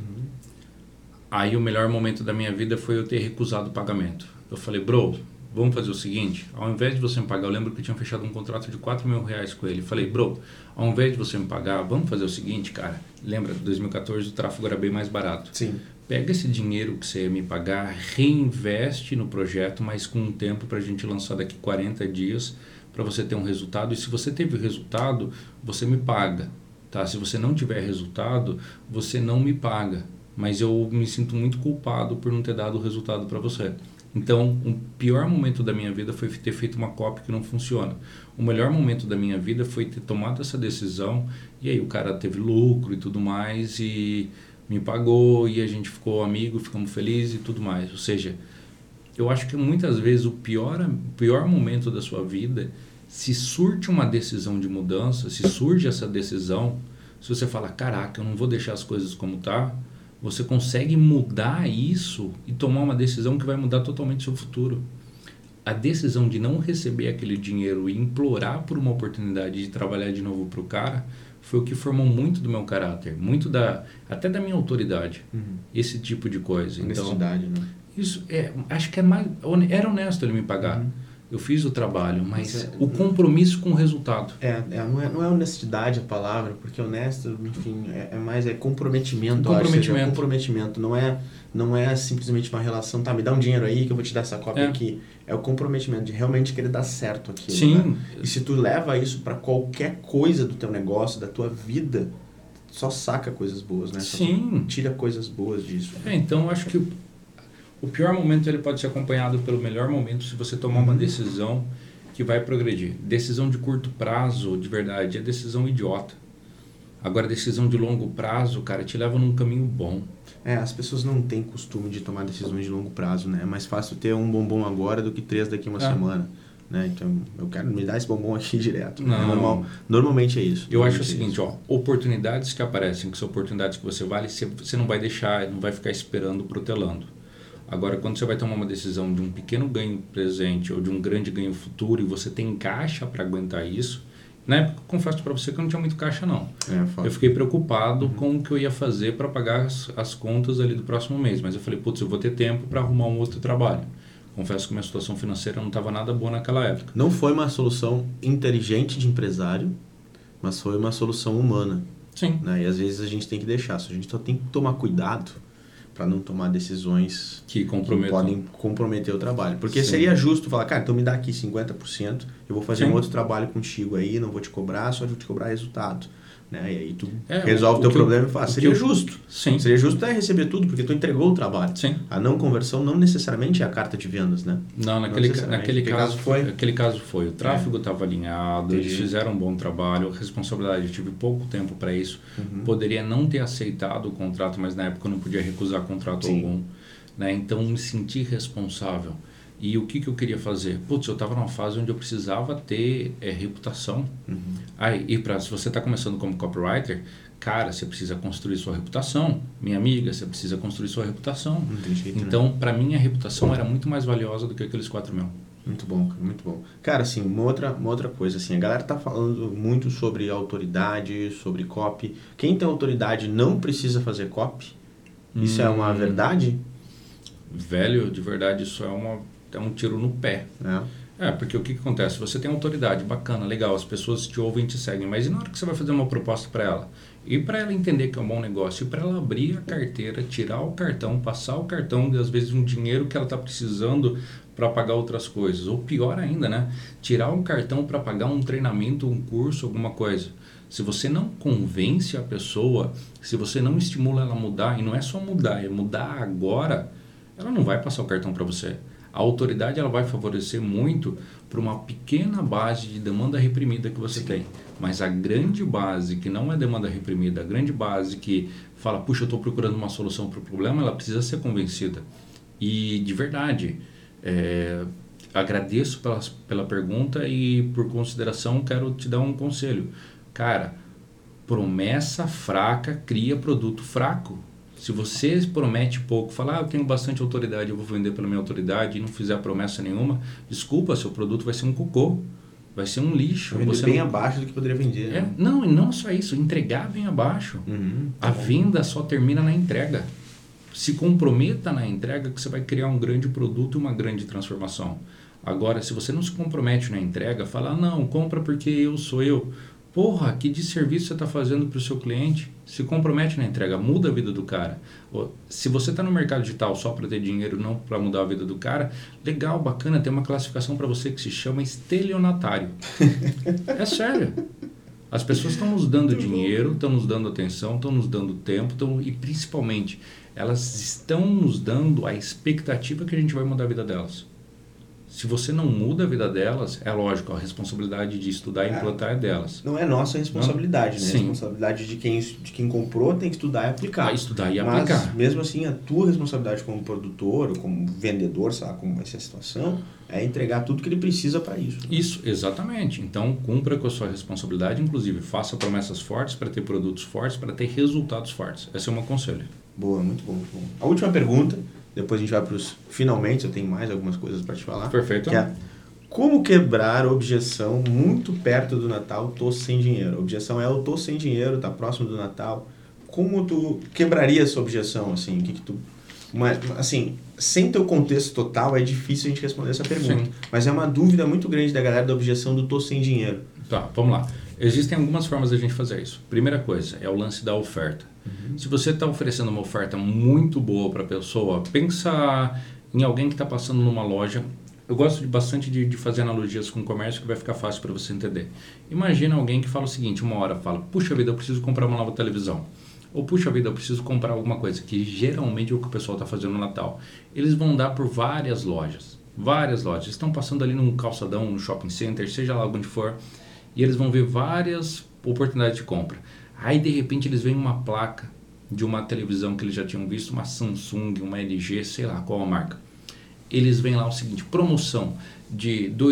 Aí o melhor momento da minha vida foi eu ter recusado o pagamento. Eu falei, bro, vamos fazer o seguinte, ao invés de você me pagar, eu lembro que eu tinha fechado um contrato de R$4.000 com ele. Falei, bro, ao invés de você me pagar, vamos fazer o seguinte, cara. Lembra, em 2014 o tráfego era bem mais barato. Sim. Pega esse dinheiro que você ia me pagar, reinveste no projeto, mas com um tempo para a gente lançar daqui 40 dias, para você ter um resultado. E se você teve resultado, você me paga. Tá? Se você não tiver resultado, você não me paga. Mas eu me sinto muito culpado por não ter dado o resultado para você. Então, o pior momento da minha vida foi ter feito uma copy que não funciona. O melhor momento da minha vida foi ter tomado essa decisão, e aí o cara teve lucro e tudo mais, e me pagou, e a gente ficou amigo, ficamos felizes e tudo mais. Ou seja, eu acho que muitas vezes o pior momento da sua vida, se surge uma decisão de mudança, se surge essa decisão, se você fala, caraca, eu não vou deixar as coisas como tá, você consegue mudar isso e tomar uma decisão que vai mudar totalmente o seu futuro. A decisão de não receber aquele dinheiro e implorar por uma oportunidade de trabalhar de novo para o cara foi o que formou muito do meu caráter, muito até da minha autoridade, esse tipo de coisa. Honestidade, então, né? Isso acho que era honesto ele me pagar. Eu fiz o trabalho, mas o compromisso com o resultado. Não é honestidade a palavra, porque honesto, enfim, é comprometimento. Comprometimento. Comprometimento. Não é simplesmente uma relação, tá, me dá um dinheiro aí que eu vou te dar essa cópia aqui. É o comprometimento de realmente querer dar certo aquilo. Sim. Né? E se tu leva isso para qualquer coisa do teu negócio, da tua vida, só saca coisas boas, né? Sim. Tira coisas boas disso. Então eu acho que o pior momento ele pode ser acompanhado pelo melhor momento se você tomar uma decisão que vai progredir. Decisão de curto prazo, de verdade, é decisão idiota. Agora, decisão de longo prazo, cara, te leva num caminho bom. As pessoas não têm costume de tomar decisões de longo prazo, né? É mais fácil ter um bombom agora do que 3 daqui a uma semana. Né? Então, eu quero me dar esse bombom aqui direto. Não. Normalmente é isso. Eu acho o seguinte, oportunidades que aparecem, que são oportunidades que você vale, você não vai deixar, não vai ficar esperando, protelando. Agora, quando você vai tomar uma decisão de um pequeno ganho presente ou de um grande ganho futuro e você tem caixa para aguentar isso, na época, eu confesso para você que eu não tinha muito caixa, não. Eu fiquei preocupado com o que eu ia fazer para pagar as contas ali do próximo mês. Mas eu falei, putz, eu vou ter tempo para arrumar um outro trabalho. Confesso que minha situação financeira não estava nada boa naquela época. Não foi uma solução inteligente de empresário, mas foi uma solução humana. Sim. Né? E às vezes a gente tem que deixar, a gente só tem que tomar cuidado para não tomar decisões que podem comprometer o trabalho. Porque Sim. seria justo falar, cara, então me dá aqui 50%, eu vou fazer Sim. um outro trabalho contigo aí, não vou te cobrar, só vou te cobrar resultado. Né? E aí tu resolve o teu problema e fala, seria justo. Sim. Seria justo até receber tudo, porque tu entregou o trabalho. Sim. A não conversão não necessariamente é a carta de vendas, né? Não, naquele caso foi. O tráfego estava alinhado, eles fizeram um bom trabalho, responsabilidade, eu tive pouco tempo para isso. Poderia não ter aceitado o contrato, mas na época eu não podia recusar contrato algum. Né? Então, me senti responsável. E o que eu queria fazer? Putz, eu estava numa fase onde eu precisava ter reputação. Se você está começando como copywriter, cara, você precisa construir sua reputação. Minha amiga, você precisa construir sua reputação. Então, para mim, a reputação era muito mais valiosa do que aqueles 4 mil. Muito bom, cara, muito bom. Cara, assim, uma outra coisa, assim, a galera tá falando muito sobre autoridade, sobre copy. Quem tem autoridade não precisa fazer copy? Isso é uma verdade? Velho, de verdade, isso é um tiro no pé. Porque o que acontece? Você tem autoridade, bacana, legal, as pessoas te ouvem e te seguem, mas e na hora que você vai fazer uma proposta para ela? E para ela entender que é um bom negócio, e para ela abrir a carteira, tirar o cartão, passar o cartão, às vezes um dinheiro que ela está precisando para pagar outras coisas, ou pior ainda, né? Tirar um cartão para pagar um treinamento, um curso, alguma coisa. Se você não convence a pessoa, se você não estimula ela a mudar, e não é só mudar, é mudar agora, ela não vai passar o cartão para você. A autoridade ela vai favorecer muito para uma pequena base de demanda reprimida que você tem. Mas a grande base que não é demanda reprimida, a grande base que fala, puxa, eu estou procurando uma solução para o problema, ela precisa ser convencida. E de verdade, agradeço pela pergunta e por consideração quero te dar um conselho. Cara, promessa fraca cria produto fraco. Se você promete pouco, falar, eu tenho bastante autoridade, eu vou vender pela minha autoridade e não fizer promessa nenhuma, desculpa, seu produto vai ser um cocô, vai ser um lixo. Você bem abaixo do que poderia vender. Né? Não, e não só isso, entregar bem abaixo. A venda só termina na entrega. Se comprometa na entrega que você vai criar um grande produto e uma grande transformação. Agora, se você não se compromete na entrega, fala, não, compra porque eu sou eu. Porra, que desserviço você está fazendo para o seu cliente? Se compromete na entrega, muda a vida do cara. Se você está no mercado digital só para ter dinheiro, não para mudar a vida do cara, legal, bacana, tem uma classificação para você que se chama estelionatário. É sério. As pessoas estão nos dando dinheiro, estão nos dando atenção, estão nos dando tempo, e principalmente, elas estão nos dando a expectativa que a gente vai mudar a vida delas. Se você não muda a vida delas, é lógico, a responsabilidade de estudar e implantar é delas. Não é nossa responsabilidade, né? Sim. A responsabilidade de quem comprou tem que estudar e aplicar. Vai estudar e Mas, aplicar. mesmo assim, a tua responsabilidade como produtor, ou como vendedor, sei lá como vai ser a situação, é entregar tudo que ele precisa para isso. Isso, exatamente. Então, cumpra com a sua responsabilidade, inclusive, faça promessas fortes para ter produtos fortes, para ter resultados fortes. Esse é o meu conselho. Boa, muito bom, muito bom. A última pergunta... Depois a gente vai para os finalmente, eu tenho mais algumas coisas para te falar. Perfeito. Que é, como quebrar a objeção muito perto do Natal, tô sem dinheiro? A objeção é, eu tô sem dinheiro, tá próximo do Natal. Como tu quebraria essa objeção, assim? O que tu... assim, sem teu contexto total, é difícil a gente responder essa pergunta. Sim. Mas é uma dúvida muito grande da galera da objeção do tô sem dinheiro. Tá, vamos lá. Existem algumas formas de a gente fazer isso. Primeira coisa, é o lance da oferta. Se você está oferecendo uma oferta muito boa para a pessoa, pensa em alguém que está passando numa loja. Eu gosto bastante de fazer analogias com o comércio que vai ficar fácil para você entender. Imagina alguém que fala o seguinte, uma hora fala, puxa vida, eu preciso comprar uma nova televisão. Ou puxa vida, eu preciso comprar alguma coisa, que geralmente é o que o pessoal está fazendo no Natal. Eles vão dar por várias lojas. Estão passando ali num calçadão, no shopping center, seja lá onde for, e eles vão ver várias oportunidades de compra. Aí, de repente, eles veem uma placa de uma televisão que eles já tinham visto, uma Samsung, uma LG, sei lá qual a marca. Eles veem lá o seguinte, promoção de R$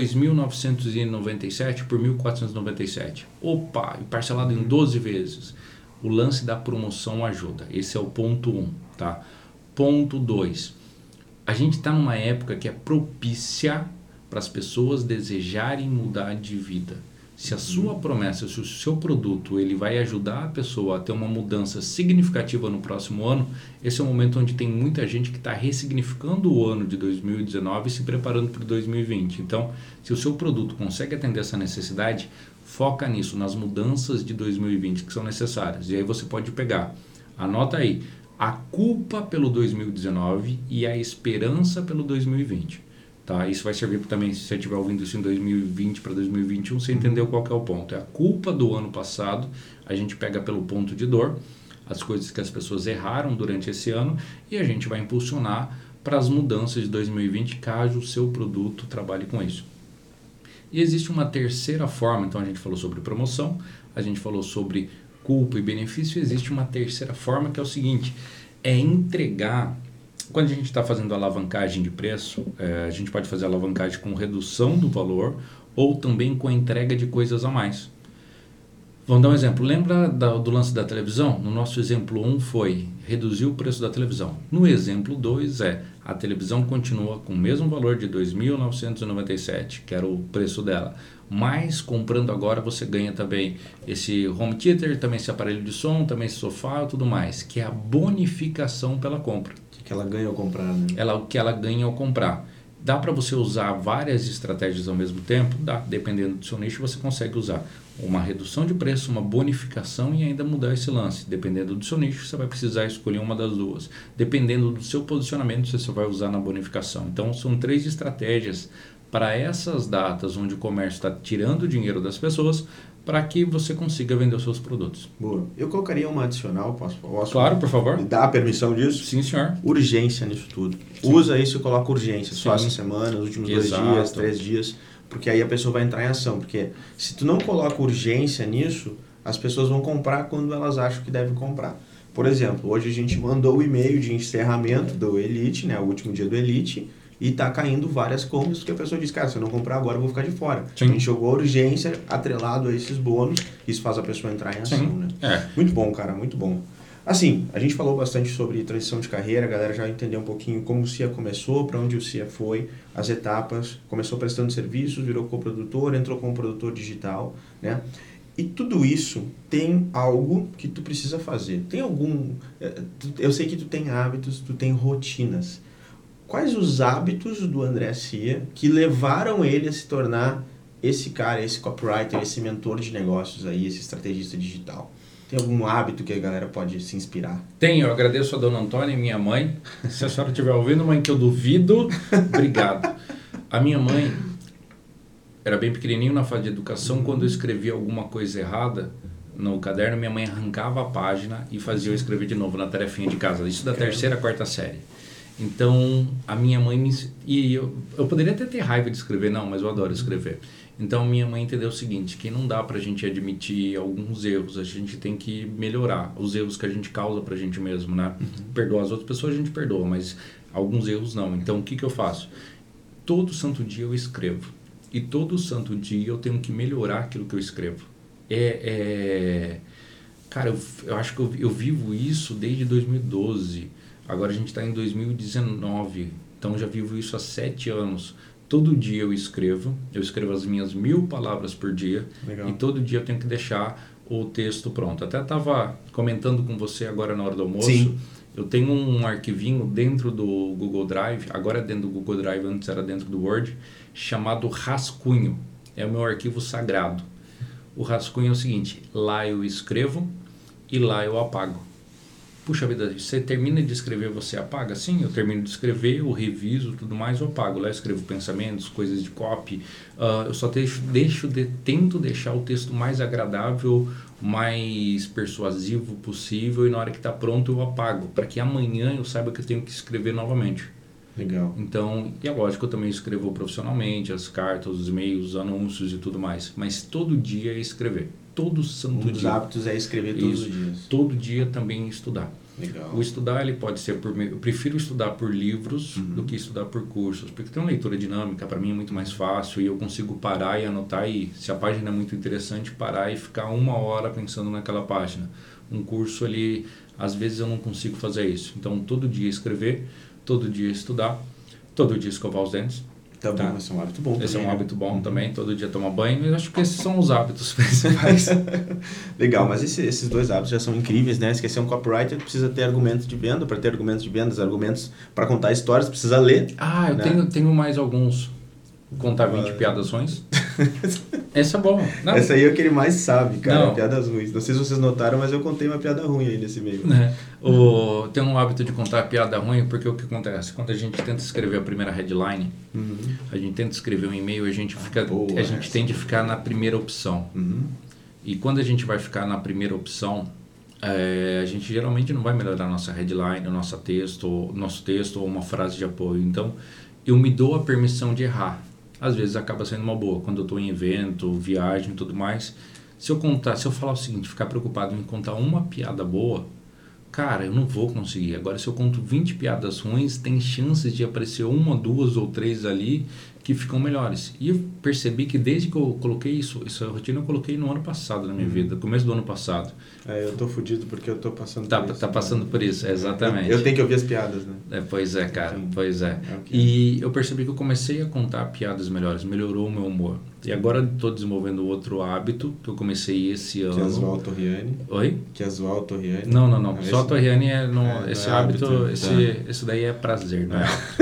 2.997 por R$ 1.497. Opa, parcelado em 12 vezes. O lance da promoção ajuda. Esse é o ponto 1, tá? Ponto 2. A gente está numa época que é propícia para as pessoas desejarem mudar de vida. Se a sua promessa, se o seu produto ele vai ajudar a pessoa a ter uma mudança significativa no próximo ano, esse é o momento onde tem muita gente que está ressignificando o ano de 2019 e se preparando para 2020. Então, se o seu produto consegue atender essa necessidade, foca nisso, nas mudanças de 2020 que são necessárias. E aí você pode pegar, anota aí, a culpa pelo 2019 e a esperança pelo 2020. Tá? Isso vai servir também, se você estiver ouvindo isso em 2020 para 2021, você entendeu qual que é o ponto. É a culpa do ano passado, a gente pega pelo ponto de dor, as coisas que as pessoas erraram durante esse ano, e a gente vai impulsionar para as mudanças de 2020, caso o seu produto trabalhe com isso. E existe uma terceira forma, então a gente falou sobre promoção, a gente falou sobre culpa e benefício, existe uma terceira forma que é o seguinte, é entregar, quando a gente está fazendo alavancagem de preço, a gente pode fazer alavancagem com redução do valor ou também com a entrega de coisas a mais. Vamos dar um exemplo, lembra do lance da televisão? No nosso exemplo 1 foi reduzir o preço da televisão. No exemplo 2 a televisão continua com o mesmo valor de R$ 2.997, que era o preço dela. Mas comprando agora você ganha também esse home theater, também esse aparelho de som, também esse sofá e tudo mais, que é a bonificação pela compra. Que ela ganha ao comprar, né? O que ela ganha ao comprar. Dá para você usar várias estratégias ao mesmo tempo? Dá, dependendo do seu nicho você consegue usar uma redução de preço, uma bonificação e ainda mudar esse lance. Dependendo do seu nicho você vai precisar escolher uma das duas. Dependendo do seu posicionamento você vai usar na bonificação. Então são 3 estratégias para essas datas onde o comércio está tirando o dinheiro das pessoas para que você consiga vender os seus produtos. Boa. Eu colocaria uma adicional, posso Claro, por favor. Me dá a permissão disso? Sim, senhor. Urgência nisso tudo. Sim. Usa isso e coloca urgência. Sim. Só essa semana, nos últimos 2 dias, 3 dias, porque aí a pessoa vai entrar em ação. Porque se tu não coloca urgência nisso, as pessoas vão comprar quando elas acham que devem comprar. Por exemplo, hoje a gente mandou o e-mail de encerramento do Elite, né, o último dia do Elite, e tá caindo várias compras, porque a pessoa diz, cara, se eu não comprar agora eu vou ficar de fora. Sim. A gente jogou a urgência atrelado a esses bônus, isso faz a pessoa entrar em ação, Sim. né? Muito bom, cara, muito bom. Assim, a gente falou bastante sobre transição de carreira, a galera já entendeu um pouquinho como o CIA começou, para onde o CIA foi, as etapas, começou prestando serviços, virou coprodutor, entrou como produtor digital, né? E tudo isso tem algo que tu precisa fazer. Tem algum... Eu sei que tu tem hábitos, tu tem rotinas. Quais os hábitos do André Cia que levaram ele a se tornar esse cara, esse copywriter, esse mentor de negócios aí, esse estrategista digital? Tem algum hábito que a galera pode se inspirar? Tenho, eu agradeço a dona Antônia, minha mãe. Se a senhora estiver ouvindo, mãe, que eu duvido, obrigado. A minha mãe era bem pequenininho na fase de educação, quando eu escrevia alguma coisa errada no caderno, minha mãe arrancava a página e fazia eu escrever de novo na tarefinha de casa. Isso da 3ª, 4ª série. Então, a minha mãe me... E eu poderia até ter raiva de escrever, não, mas eu adoro escrever. Então, minha mãe entendeu o seguinte, que não dá pra gente admitir alguns erros, a gente tem que melhorar os erros que a gente causa pra gente mesmo, né? Perdoar as outras pessoas a gente perdoa, mas alguns erros não. Então, o que eu faço? Todo santo dia eu escrevo. E todo santo dia eu tenho que melhorar aquilo que eu escrevo. Cara, eu acho que eu vivo isso desde 2012. Agora a gente está em 2019, então já vivo isso há 7 anos. Todo dia eu escrevo as minhas 1000 palavras por dia. Legal. E todo dia eu tenho que deixar o texto pronto. Até estava comentando com você agora na hora do almoço. Sim. Eu tenho um arquivinho dentro do Google Drive, agora é dentro do Google Drive, antes era dentro do Word, chamado rascunho. É o meu arquivo sagrado. O rascunho é o seguinte, lá eu escrevo e lá eu apago. Puxa vida, você termina de escrever, você apaga? Sim, eu termino de escrever, eu reviso, tudo mais, eu apago. Lá eu escrevo pensamentos, coisas de copy. Eu só tento deixar o texto mais agradável, mais persuasivo possível e na hora que está pronto eu apago, para que amanhã eu saiba que eu tenho que escrever novamente. Legal. Então, e é lógico que eu também escrevo profissionalmente, as cartas, os e-mails, os anúncios e tudo mais. Mas todo dia é escrever. Todo santo dia. Um dos hábitos é escrever todos os dias. Todo dia também estudar. Legal. O estudar, ele pode ser eu prefiro estudar por livros do que estudar por cursos, porque tem uma leitura dinâmica, para mim é muito mais fácil e eu consigo parar e anotar e, se a página é muito interessante, parar e ficar 1 hora pensando naquela página. Um curso, ali, às vezes eu não consigo fazer isso. Então, todo dia escrever, todo dia estudar, todo dia escovar os dentes. Tá. Esse é um hábito bom também. Esse é um hábito bom também, todo dia tomar banho. Eu acho que esses são os hábitos principais. Legal, mas esses 2 hábitos já são incríveis, né? Esquecer um copywriter precisa ter argumentos de venda, para ter argumentos de vendas, argumentos para contar histórias, precisa ler. Eu tenho mais alguns. Contar 20 piadações. Esse é bom. Não. Essa aí é o que ele mais sabe, cara, Não. piadas ruins. Não sei se vocês notaram, mas eu contei uma piada ruim aí nesse meio. Tem um hábito de contar piada ruim, porque o que acontece? Quando a gente tenta escrever a primeira headline, a gente tenta escrever um e-mail, a gente tende a ficar na primeira opção. E quando a gente vai ficar na primeira opção, a gente geralmente não vai melhorar a nossa headline, o nosso texto ou uma frase de apoio. Então, eu me dou a permissão de errar. Às vezes acaba sendo uma boa. Quando eu estou em evento, viagem e tudo mais, se eu falar o seguinte, ficar preocupado em contar uma piada boa, cara, eu não vou conseguir. Agora, se eu conto 20 piadas ruins, tem chances de aparecer uma, duas ou três ali que ficam melhores. E eu percebi que desde que eu coloquei essa rotina eu coloquei no ano passado na minha vida, começo do ano passado. Eu tô fudido porque eu tô passando por isso. Tá passando por isso, exatamente. Eu tenho que ouvir as piadas, né? Pois é, cara, pois é. Okay. E eu percebi que eu comecei a contar piadas melhores, melhorou o meu humor. E agora estou desenvolvendo outro hábito que eu comecei esse ano. Que é zoar o Torriani. Oi? Que é zoar o Torriani. Não. Só o Torriani esse hábito, hábito. esse daí é prazer, não é?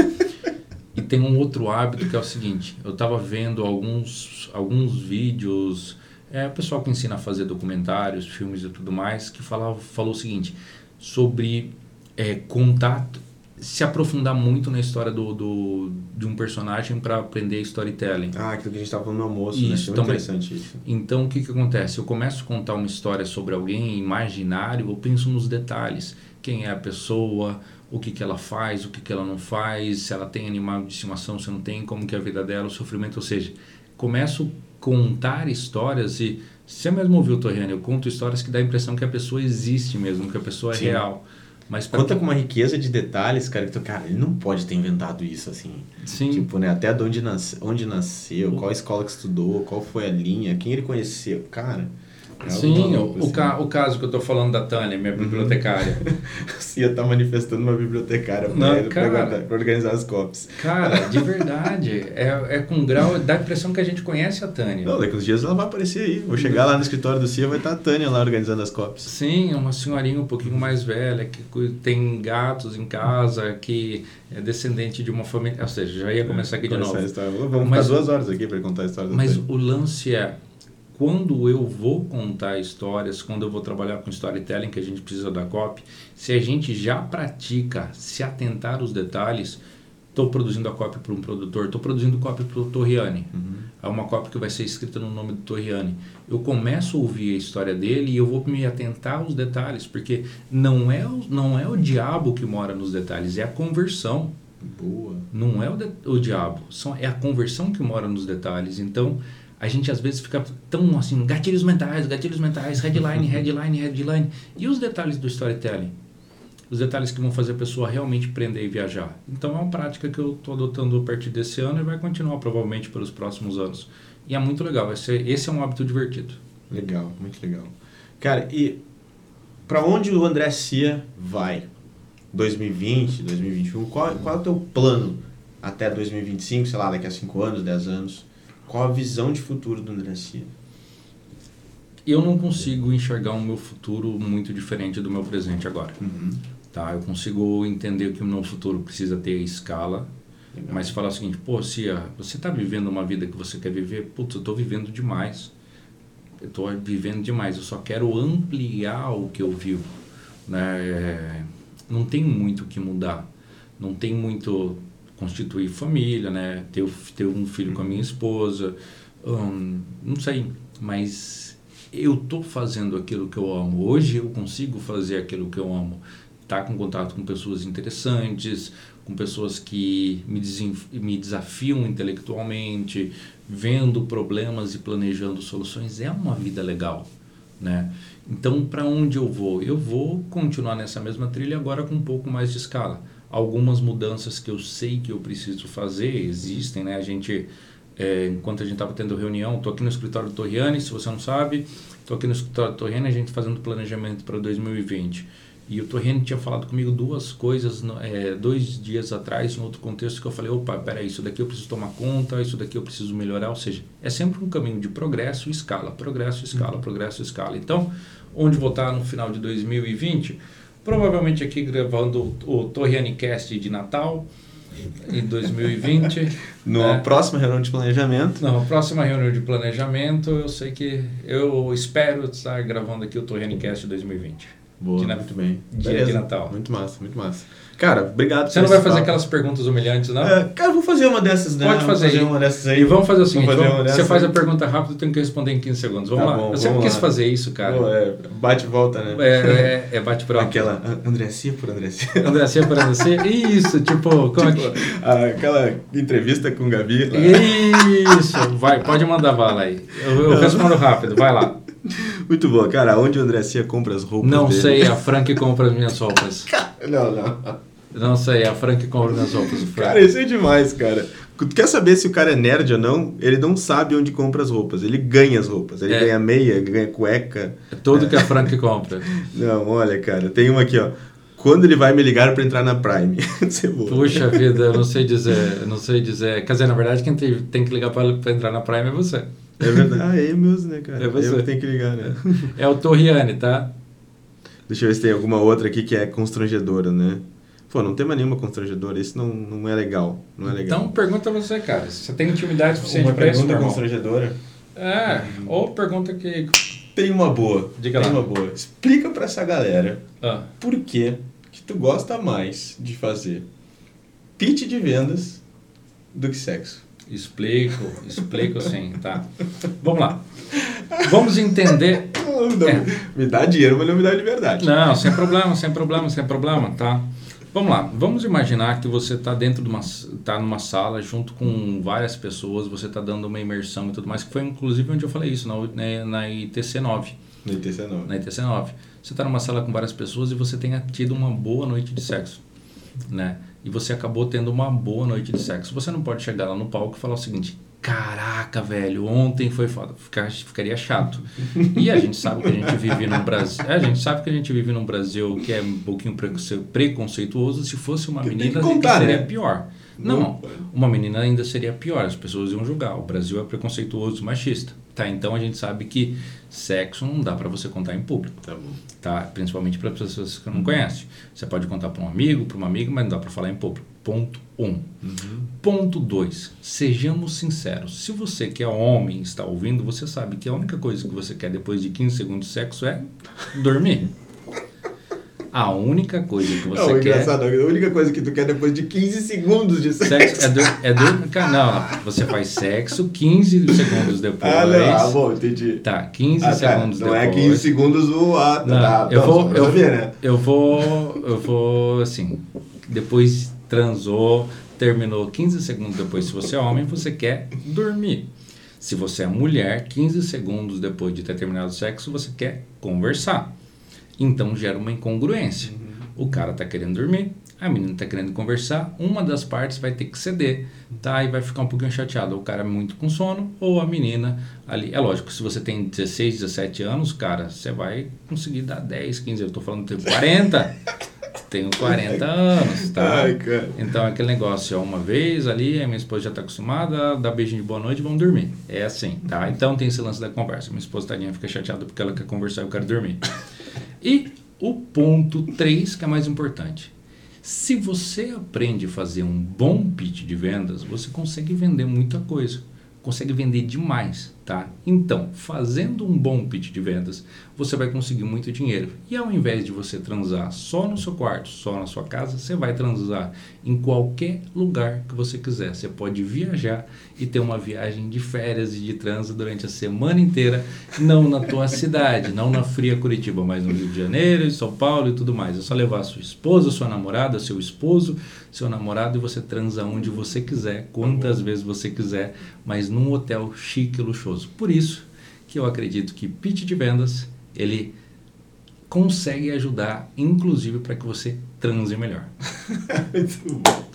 E tem um outro hábito que é o seguinte, eu estava vendo alguns vídeos, o pessoal que ensina a fazer documentários, filmes e tudo mais, que falou o seguinte, sobre contar, se aprofundar muito na história de um personagem para aprender storytelling. Aquilo que a gente estava falando no almoço, isso, né? Muito interessante isso. Então, o que acontece? Eu começo a contar uma história sobre alguém imaginário, eu penso nos detalhes. Quem é a pessoa, o que ela faz, o que ela não faz, se ela tem animal de estimação, se não tem, como que é a vida dela, o sofrimento. Ou seja, começo a contar histórias e... Você mesmo ouviu, Torriani, eu conto histórias que dá a impressão que a pessoa existe mesmo, que a pessoa é real. Mas conta com uma riqueza de detalhes, cara, que cara, ele não pode ter inventado isso, assim. Sim. Tipo, né, até onde nasceu, qual escola que estudou, qual foi a linha, quem ele conheceu, cara... Sim, o caso que eu tô falando da Tânia, minha bibliotecária. Você ia estar manifestando uma bibliotecária para organizar as copies. Cara, de verdade, com grau, dá a impressão que a gente conhece a Tânia. Não, daqui uns dias ela vai aparecer aí. Vou chegar lá no escritório do CIA, vai estar a Tânia lá organizando as copies. Sim, uma senhorinha um pouquinho mais velha, que tem gatos em casa, que é descendente de uma família... Ou seja, já ia começar aqui de novo. Vamos ficar 2 horas aqui para contar a história da Mas Tânia. o lance é... Quando eu vou contar histórias, quando eu vou trabalhar com storytelling, que a gente precisa da copy, se a gente já pratica se atentar aos detalhes, estou produzindo a copy para um produtor, estou produzindo copy para o Torriani. É uma copy que vai ser escrita no nome do Torriani. Eu começo a ouvir a história dele e eu vou me atentar aos detalhes, porque não é o diabo que mora nos detalhes, é a conversão. Boa. Não é o diabo, é a conversão que mora nos detalhes. Então... A gente às vezes fica tão assim, gatilhos mentais, headline. E os detalhes do storytelling? Os detalhes que vão fazer a pessoa realmente aprender e viajar. Então é uma prática que eu estou adotando a partir desse ano e vai continuar provavelmente pelos próximos anos. E é muito legal, esse é um hábito divertido. Legal, muito legal. Cara, e para onde o André Cia vai? 2020, 2021? Qual é o teu plano até 2025, sei lá, daqui a 5 anos, 10 anos? Qual a visão de futuro do André Cia? Eu não consigo enxergar o meu futuro muito diferente do meu presente agora. Tá? Eu consigo entender que o meu futuro precisa ter escala, mas falar o seguinte, Cia, você está vivendo uma vida que você quer viver? Putz, eu estou vivendo demais. Eu só quero ampliar o que eu vivo. Né? Não tem muito o que mudar. Não tem muito... constituir família, né? Ter um filho com a minha esposa, não sei, mas eu estou fazendo aquilo que eu amo. Hoje eu consigo fazer aquilo que eu amo. Estar com contato com pessoas interessantes, com pessoas que me desafiam intelectualmente, vendo problemas e planejando soluções, é uma vida legal, né? Então, para onde eu vou? Eu vou continuar nessa mesma trilha agora com um pouco mais de escala. Algumas mudanças que eu sei que eu preciso fazer existem, né? Enquanto a gente estava tendo reunião, estou aqui no escritório do Torriani, se você não sabe, estou aqui no escritório do Torriani, a gente fazendo planejamento para 2020. E o Torriani tinha falado comigo 2 coisas 2 dias atrás, em outro contexto, que eu falei, peraí, isso daqui eu preciso tomar conta, isso daqui eu preciso melhorar, ou seja, é sempre um caminho de progresso e escala, progresso, escala. Então, onde vou estar no final de 2020... Provavelmente aqui gravando o Torriani Cast de Natal, em 2020. Na próxima reunião de planejamento. Na próxima reunião de planejamento, eu sei que eu espero estar gravando aqui o Torrenicast 2020. Boa, muito bem. Dia Beleza. de Natal. Muito massa, muito massa. Cara, obrigado. Você não vai fazer aquelas perguntas humilhantes, não? Cara, vou fazer uma dessas, né? Pode fazer uma dessas aí. E vamos fazer o seguinte, você faz a aí. pergunta rápido, eu tenho que responder em 15 segundos. Vamos lá. Bom, eu sempre vamos quis lá. fazer isso, cara. Bate e volta, né? É bate-pronto. Aquela Andressia por Andressia. Andressia por Andressia. Isso, tipo... Aquela entrevista com o Gabi. Lá. Isso, vai, pode mandar bala aí. Eu respondo rápido, vai lá. Muito bom, cara. Onde o Andressia compra as roupas Não dele? sei, a Fran que compra as minhas roupas. Não. Não sei, a Fran que compra as minhas roupas. Cara, isso é demais, cara. Tu quer saber se o cara é nerd ou não? Ele não sabe onde compra as roupas. Ele ganha as roupas. Ele ganha meia, ganha cueca. É tudo que a Fran que compra. Não, olha, cara. Tem uma aqui, ó. Quando ele vai me ligar pra entrar na Prime? Puxa vida, eu não sei dizer. Quer dizer, na verdade, quem tem que ligar pra entrar na Prime é você. É verdade. É mesmo, né, cara? É você. Eu que tenho que ligar, né? É o Torriani, tá? Deixa eu ver se tem alguma outra aqui que é constrangedora, né? Pô, não tem mais nenhuma constrangedora. Isso não é legal. Não é legal. Então, pergunta você, cara. Você tem intimidade suficiente pra isso, pergunta irmão? constrangedora? Ou pergunta que... Tem uma boa. Diga lá. Tem uma boa. Explica pra essa galera Ah. por que tu gosta mais de fazer pitch de vendas do que sexo. Explico sim, tá. Vamos lá. Vamos entender... Me dá dinheiro, mas não me dá de verdade. Não, sem problema, tá? Vamos lá, vamos imaginar que você está tá numa sala junto com várias pessoas, você está dando uma imersão e tudo mais, que foi inclusive onde eu falei isso, na ITC9. Na ITC9. Na ITC9. Você está numa sala com várias pessoas e você tenha tido uma boa noite de sexo, né? E você acabou tendo uma boa noite de sexo. Você não pode chegar lá no palco e falar o seguinte: caraca, velho, ontem foi foda. Ficaria chato. E a gente sabe que a gente vive num Brasil. A gente sabe que a gente vive num Brasil que é um pouquinho preconceituoso. Se fosse uma menina, seria pior. Não, uma menina ainda seria pior. As pessoas iam julgar. O Brasil é preconceituoso, machista. Tá, então a gente sabe que sexo não dá pra você contar em público. Tá bom. Tá? Principalmente para pessoas que não conhecem. Você pode contar para um amigo, para uma amiga, mas não dá para falar em público. Ponto 1. Ponto 2. Sejamos sinceros. Se você que é homem está ouvindo, você sabe que a única coisa que você quer depois de 15 segundos de sexo é dormir. A única coisa que você quer... Engraçado, a única coisa que tu quer depois de 15 segundos de sexo... é dormir. Não, você faz sexo 15 segundos depois. Bom, entendi. Tá, 15 segundos não depois. Não é 15 segundos o... Eu vou, assim, depois transou, terminou 15 segundos depois, se você é homem, você quer dormir. Se você é mulher, 15 segundos depois de ter terminado o sexo, você quer conversar. Então gera uma incongruência. O cara tá querendo dormir, a menina tá querendo conversar, uma das partes vai ter que ceder, tá? E vai ficar um pouquinho chateado. O cara é muito com sono, ou a menina ali. É lógico, se você tem 16, 17 anos, cara, você vai conseguir dar 10, 15. Eu tô falando que tenho 40. Tenho 40 anos, tá? Ai, cara. Então, aquele negócio, uma vez ali, a minha esposa já tá acostumada, dá beijinho de boa noite e vamos dormir. É assim, tá? Então, tem esse lance da conversa. Minha esposa, tadinha, fica chateada porque ela quer conversar e eu quero dormir. E o ponto 3, que é mais importante. Se você aprende a fazer um bom pitch de vendas, você consegue vender muita coisa. Consegue vender demais, tá? Então, fazendo um bom pitch de vendas, você vai conseguir muito dinheiro. E ao invés de você transar só no seu quarto, só na sua casa, você vai transar em qualquer lugar que você quiser. Você pode viajar e ter uma viagem de férias e de transa durante a semana inteira, não na tua cidade, não na fria Curitiba, mas no Rio de Janeiro, em São Paulo e tudo mais. É só levar sua esposa, sua namorada, seu esposo, seu namorado e você transa onde você quiser, quantas vezes você quiser, mas num hotel chique e luxuoso. Por isso que eu acredito que pitch de vendas, ele consegue ajudar, inclusive, para que você transe melhor. Muito bom.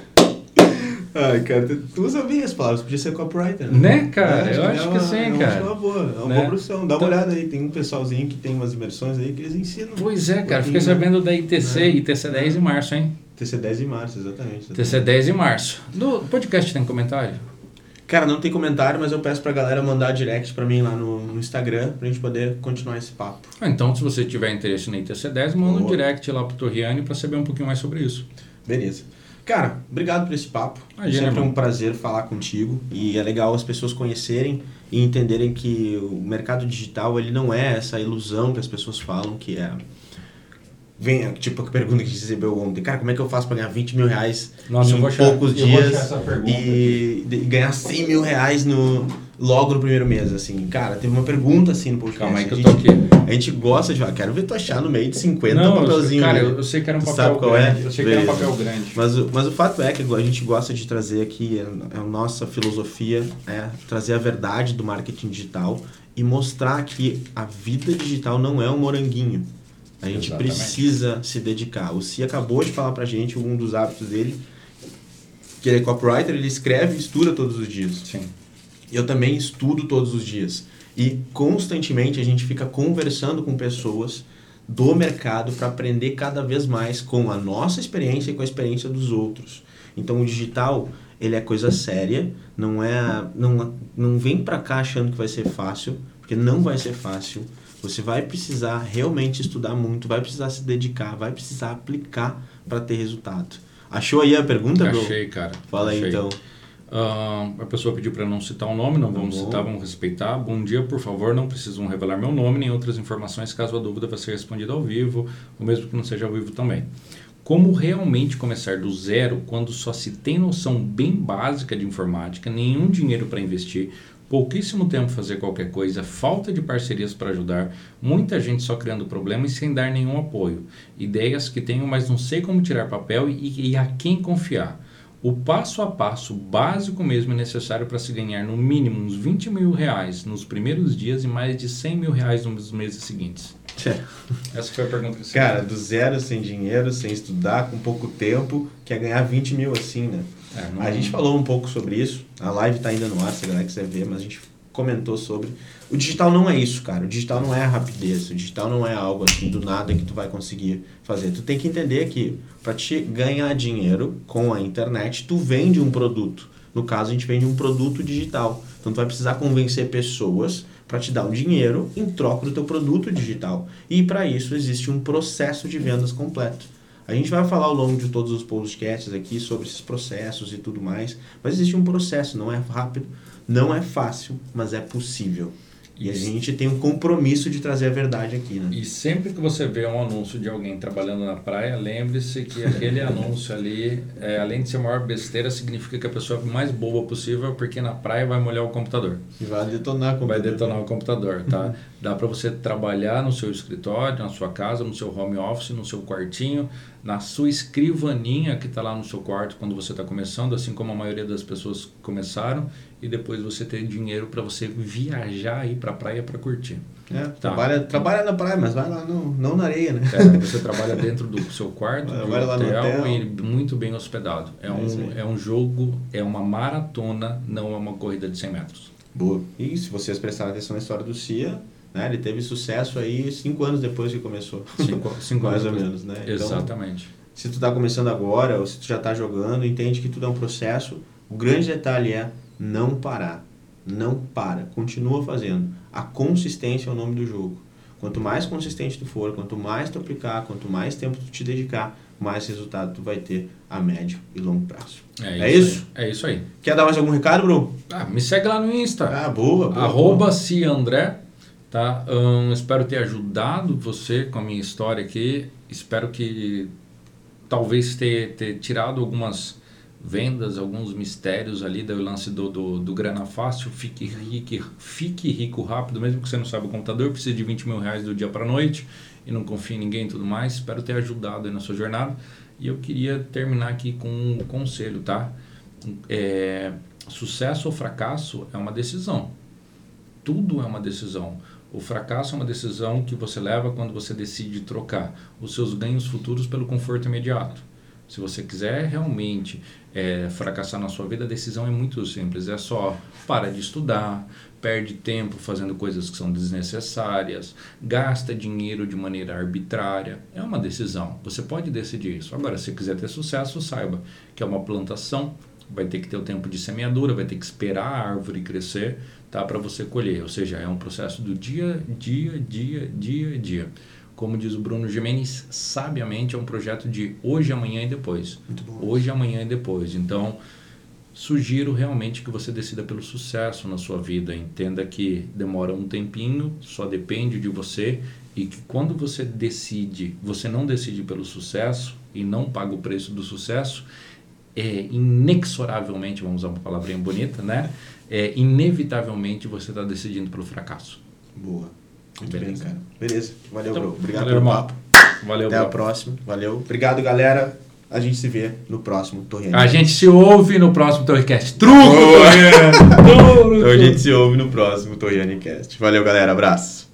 Ai, cara, tu usa bem as palavras, podia ser copywriter, né? Né, cara? Eu acho que sim, cara. É uma boa profissão. Dá uma olhada aí, tem um pessoalzinho que tem umas imersões aí que eles ensinam. Pois é, cara, fiquei sabendo da ITC, ITC 10 em março, hein? ITC 10 em março, exatamente. ITC 10 em março. No podcast tem comentário? Cara, não tem comentário, mas eu peço pra galera mandar direct pra mim lá no Instagram, pra gente poder continuar esse papo. Então, se você tiver interesse na ITC 10, manda um direct lá pro Torriani pra saber um pouquinho mais sobre isso. Beleza. Cara, obrigado por esse papo. Imagina, Sempre é um irmão. prazer falar contigo e é legal as pessoas conhecerem e entenderem que o mercado digital ele não é essa ilusão que as pessoas falam que é. Vem, tipo, a pergunta que a gente recebeu ontem. Cara, como é que eu faço para ganhar 20 mil reais Nossa, em poucos eu vou achar dias essa pergunta e ganhar 100 mil reais logo no primeiro mês, assim? Cara, teve uma pergunta assim no podcast. Calma aí que eu tô aqui. A gente gosta de falar, quero ver tu achar no meio de 50 Não, papelzinho. cara, ali. eu sei que era um Tu papel sabe qual grande. é? Eu sei que era um Beleza. papel grande. Mas o fato é que a gente gosta de trazer aqui, a nossa filosofia é trazer a verdade do marketing digital e mostrar que a vida digital não é um moranguinho. A gente Exatamente. precisa se dedicar. O Si acabou de falar pra gente um dos hábitos dele, que ele é copywriter, ele escreve e estuda todos os dias. Sim. Eu também estudo todos os dias. E constantemente a gente fica conversando com pessoas do mercado para aprender cada vez mais com a nossa experiência e com a experiência dos outros. Então o digital, ele é coisa séria, não vem para cá achando que vai ser fácil, porque não vai ser fácil. Você vai precisar realmente estudar muito, vai precisar se dedicar, vai precisar aplicar para ter resultado. Achou aí a pergunta, bro? Achei, cara. Fala aí, então. A pessoa pediu para não citar o nome, não vamos citar, vamos respeitar. Bom dia, por favor, não precisam revelar meu nome nem outras informações, caso a dúvida vai ser respondida ao vivo, ou mesmo que não seja ao vivo também. Como realmente começar do zero quando só se tem noção bem básica de informática, nenhum dinheiro para investir, pouquíssimo tempo fazer qualquer coisa, falta de parcerias para ajudar, muita gente só criando problemas e sem dar nenhum apoio. Ideias que tenho, mas não sei como tirar papel e a quem confiar. O passo a passo básico mesmo é necessário para se ganhar no mínimo uns 20 mil reais nos primeiros dias e mais de 100 mil reais nos meses seguintes. Essa foi a pergunta que você Cara, fez. do zero, sem dinheiro, sem estudar, com pouco tempo, quer ganhar 20 mil assim, né? A gente falou um pouco sobre isso, a live tá ainda no ar, se a galera quiser ver, mas a gente comentou sobre. O digital não é isso, cara. O digital não é a rapidez, o digital não é algo assim do nada que tu vai conseguir fazer. Tu tem que entender que para te ganhar dinheiro com a internet, tu vende um produto. No caso, a gente vende um produto digital. Então tu vai precisar convencer pessoas para te dar um dinheiro em troca do teu produto digital. E para isso existe um processo de vendas completo. A gente vai falar ao longo de todos os podcasts aqui sobre esses processos e tudo mais, mas existe um processo, não é rápido, não é fácil, mas é possível. E a gente tem um compromisso de trazer a verdade aqui, né? E sempre que você vê um anúncio de alguém trabalhando na praia, lembre-se que aquele anúncio ali, além de ser a maior besteira, significa que a pessoa é a mais boa possível, porque na praia vai molhar o computador. E vai detonar o computador. Vai detonar o computador, tá? Dá para você trabalhar no seu escritório, na sua casa, no seu home office, no seu quartinho, na sua escrivaninha que está lá no seu quarto quando você está começando, assim como a maioria das pessoas começaram, e depois você ter dinheiro para você viajar e ir para a praia para curtir. Tá. Trabalha na praia, mas vai lá não na areia, né? Você trabalha dentro do seu quarto, do vai lá no hotel e muito bem hospedado. É um jogo, é uma maratona, não é uma corrida de 100 metros. Boa. E se vocês prestarem atenção na história do Cia, né, ele teve sucesso aí 5 anos depois que começou. 5 mais anos ou depois. menos, né? Exatamente. Então, se tu tá começando agora ou se tu já tá jogando, entende que tudo é um processo. O grande detalhe é não parar. Não para. Continua fazendo. A consistência é o nome do jogo. Quanto mais consistente tu for, quanto mais tu aplicar, quanto mais tempo tu te dedicar, mais resultado tu vai ter a médio e longo prazo. É isso? É isso aí. Quer dar mais algum recado, Bruno? Me segue lá no Insta. Boa. @ciandré, tá? Espero ter ajudado você com a minha história aqui. Espero que talvez ter tirado algumas vendas, alguns mistérios ali do lance do grana fácil, fique rico rápido, mesmo que você não saiba o computador, precisa de 20 mil reais do dia para a noite e não confia em ninguém e tudo mais. Espero ter ajudado aí na sua jornada. E eu queria terminar aqui com um conselho, tá? Sucesso ou fracasso é uma decisão. Tudo é uma decisão. O fracasso é uma decisão que você leva quando você decide trocar os seus ganhos futuros pelo conforto imediato. Se você quiser realmente fracassar na sua vida, a decisão é muito simples. É só para de estudar, perde tempo fazendo coisas que são desnecessárias, gasta dinheiro de maneira arbitrária. É uma decisão. Você pode decidir isso. Agora, se quiser ter sucesso, saiba que é uma plantação, vai ter que ter o tempo de semeadura, vai ter que esperar a árvore crescer, tá, para você colher. Ou seja, é um processo do dia. como diz o Bruno Gimenez, sabiamente é um projeto de hoje, amanhã e depois. Muito bom. Hoje, amanhã e depois. Então, sugiro realmente que você decida pelo sucesso na sua vida. Entenda que demora um tempinho, só depende de você, e que quando você decide, você não decide pelo sucesso e não paga o preço do sucesso, inexoravelmente, vamos usar uma palavrinha bonita, né? Inevitavelmente você está decidindo pelo fracasso. Boa. Muito bem, cara. Beleza. Valeu, então, bro. Obrigado pelo papo. Valeu, até a próxima. Valeu. Obrigado, galera. A gente se vê no próximo Torriani. A gente se ouve no próximo Torricast. Truco, Torriani! Então a gente se ouve no próximo Torriani Cast. Valeu, galera. Abraço.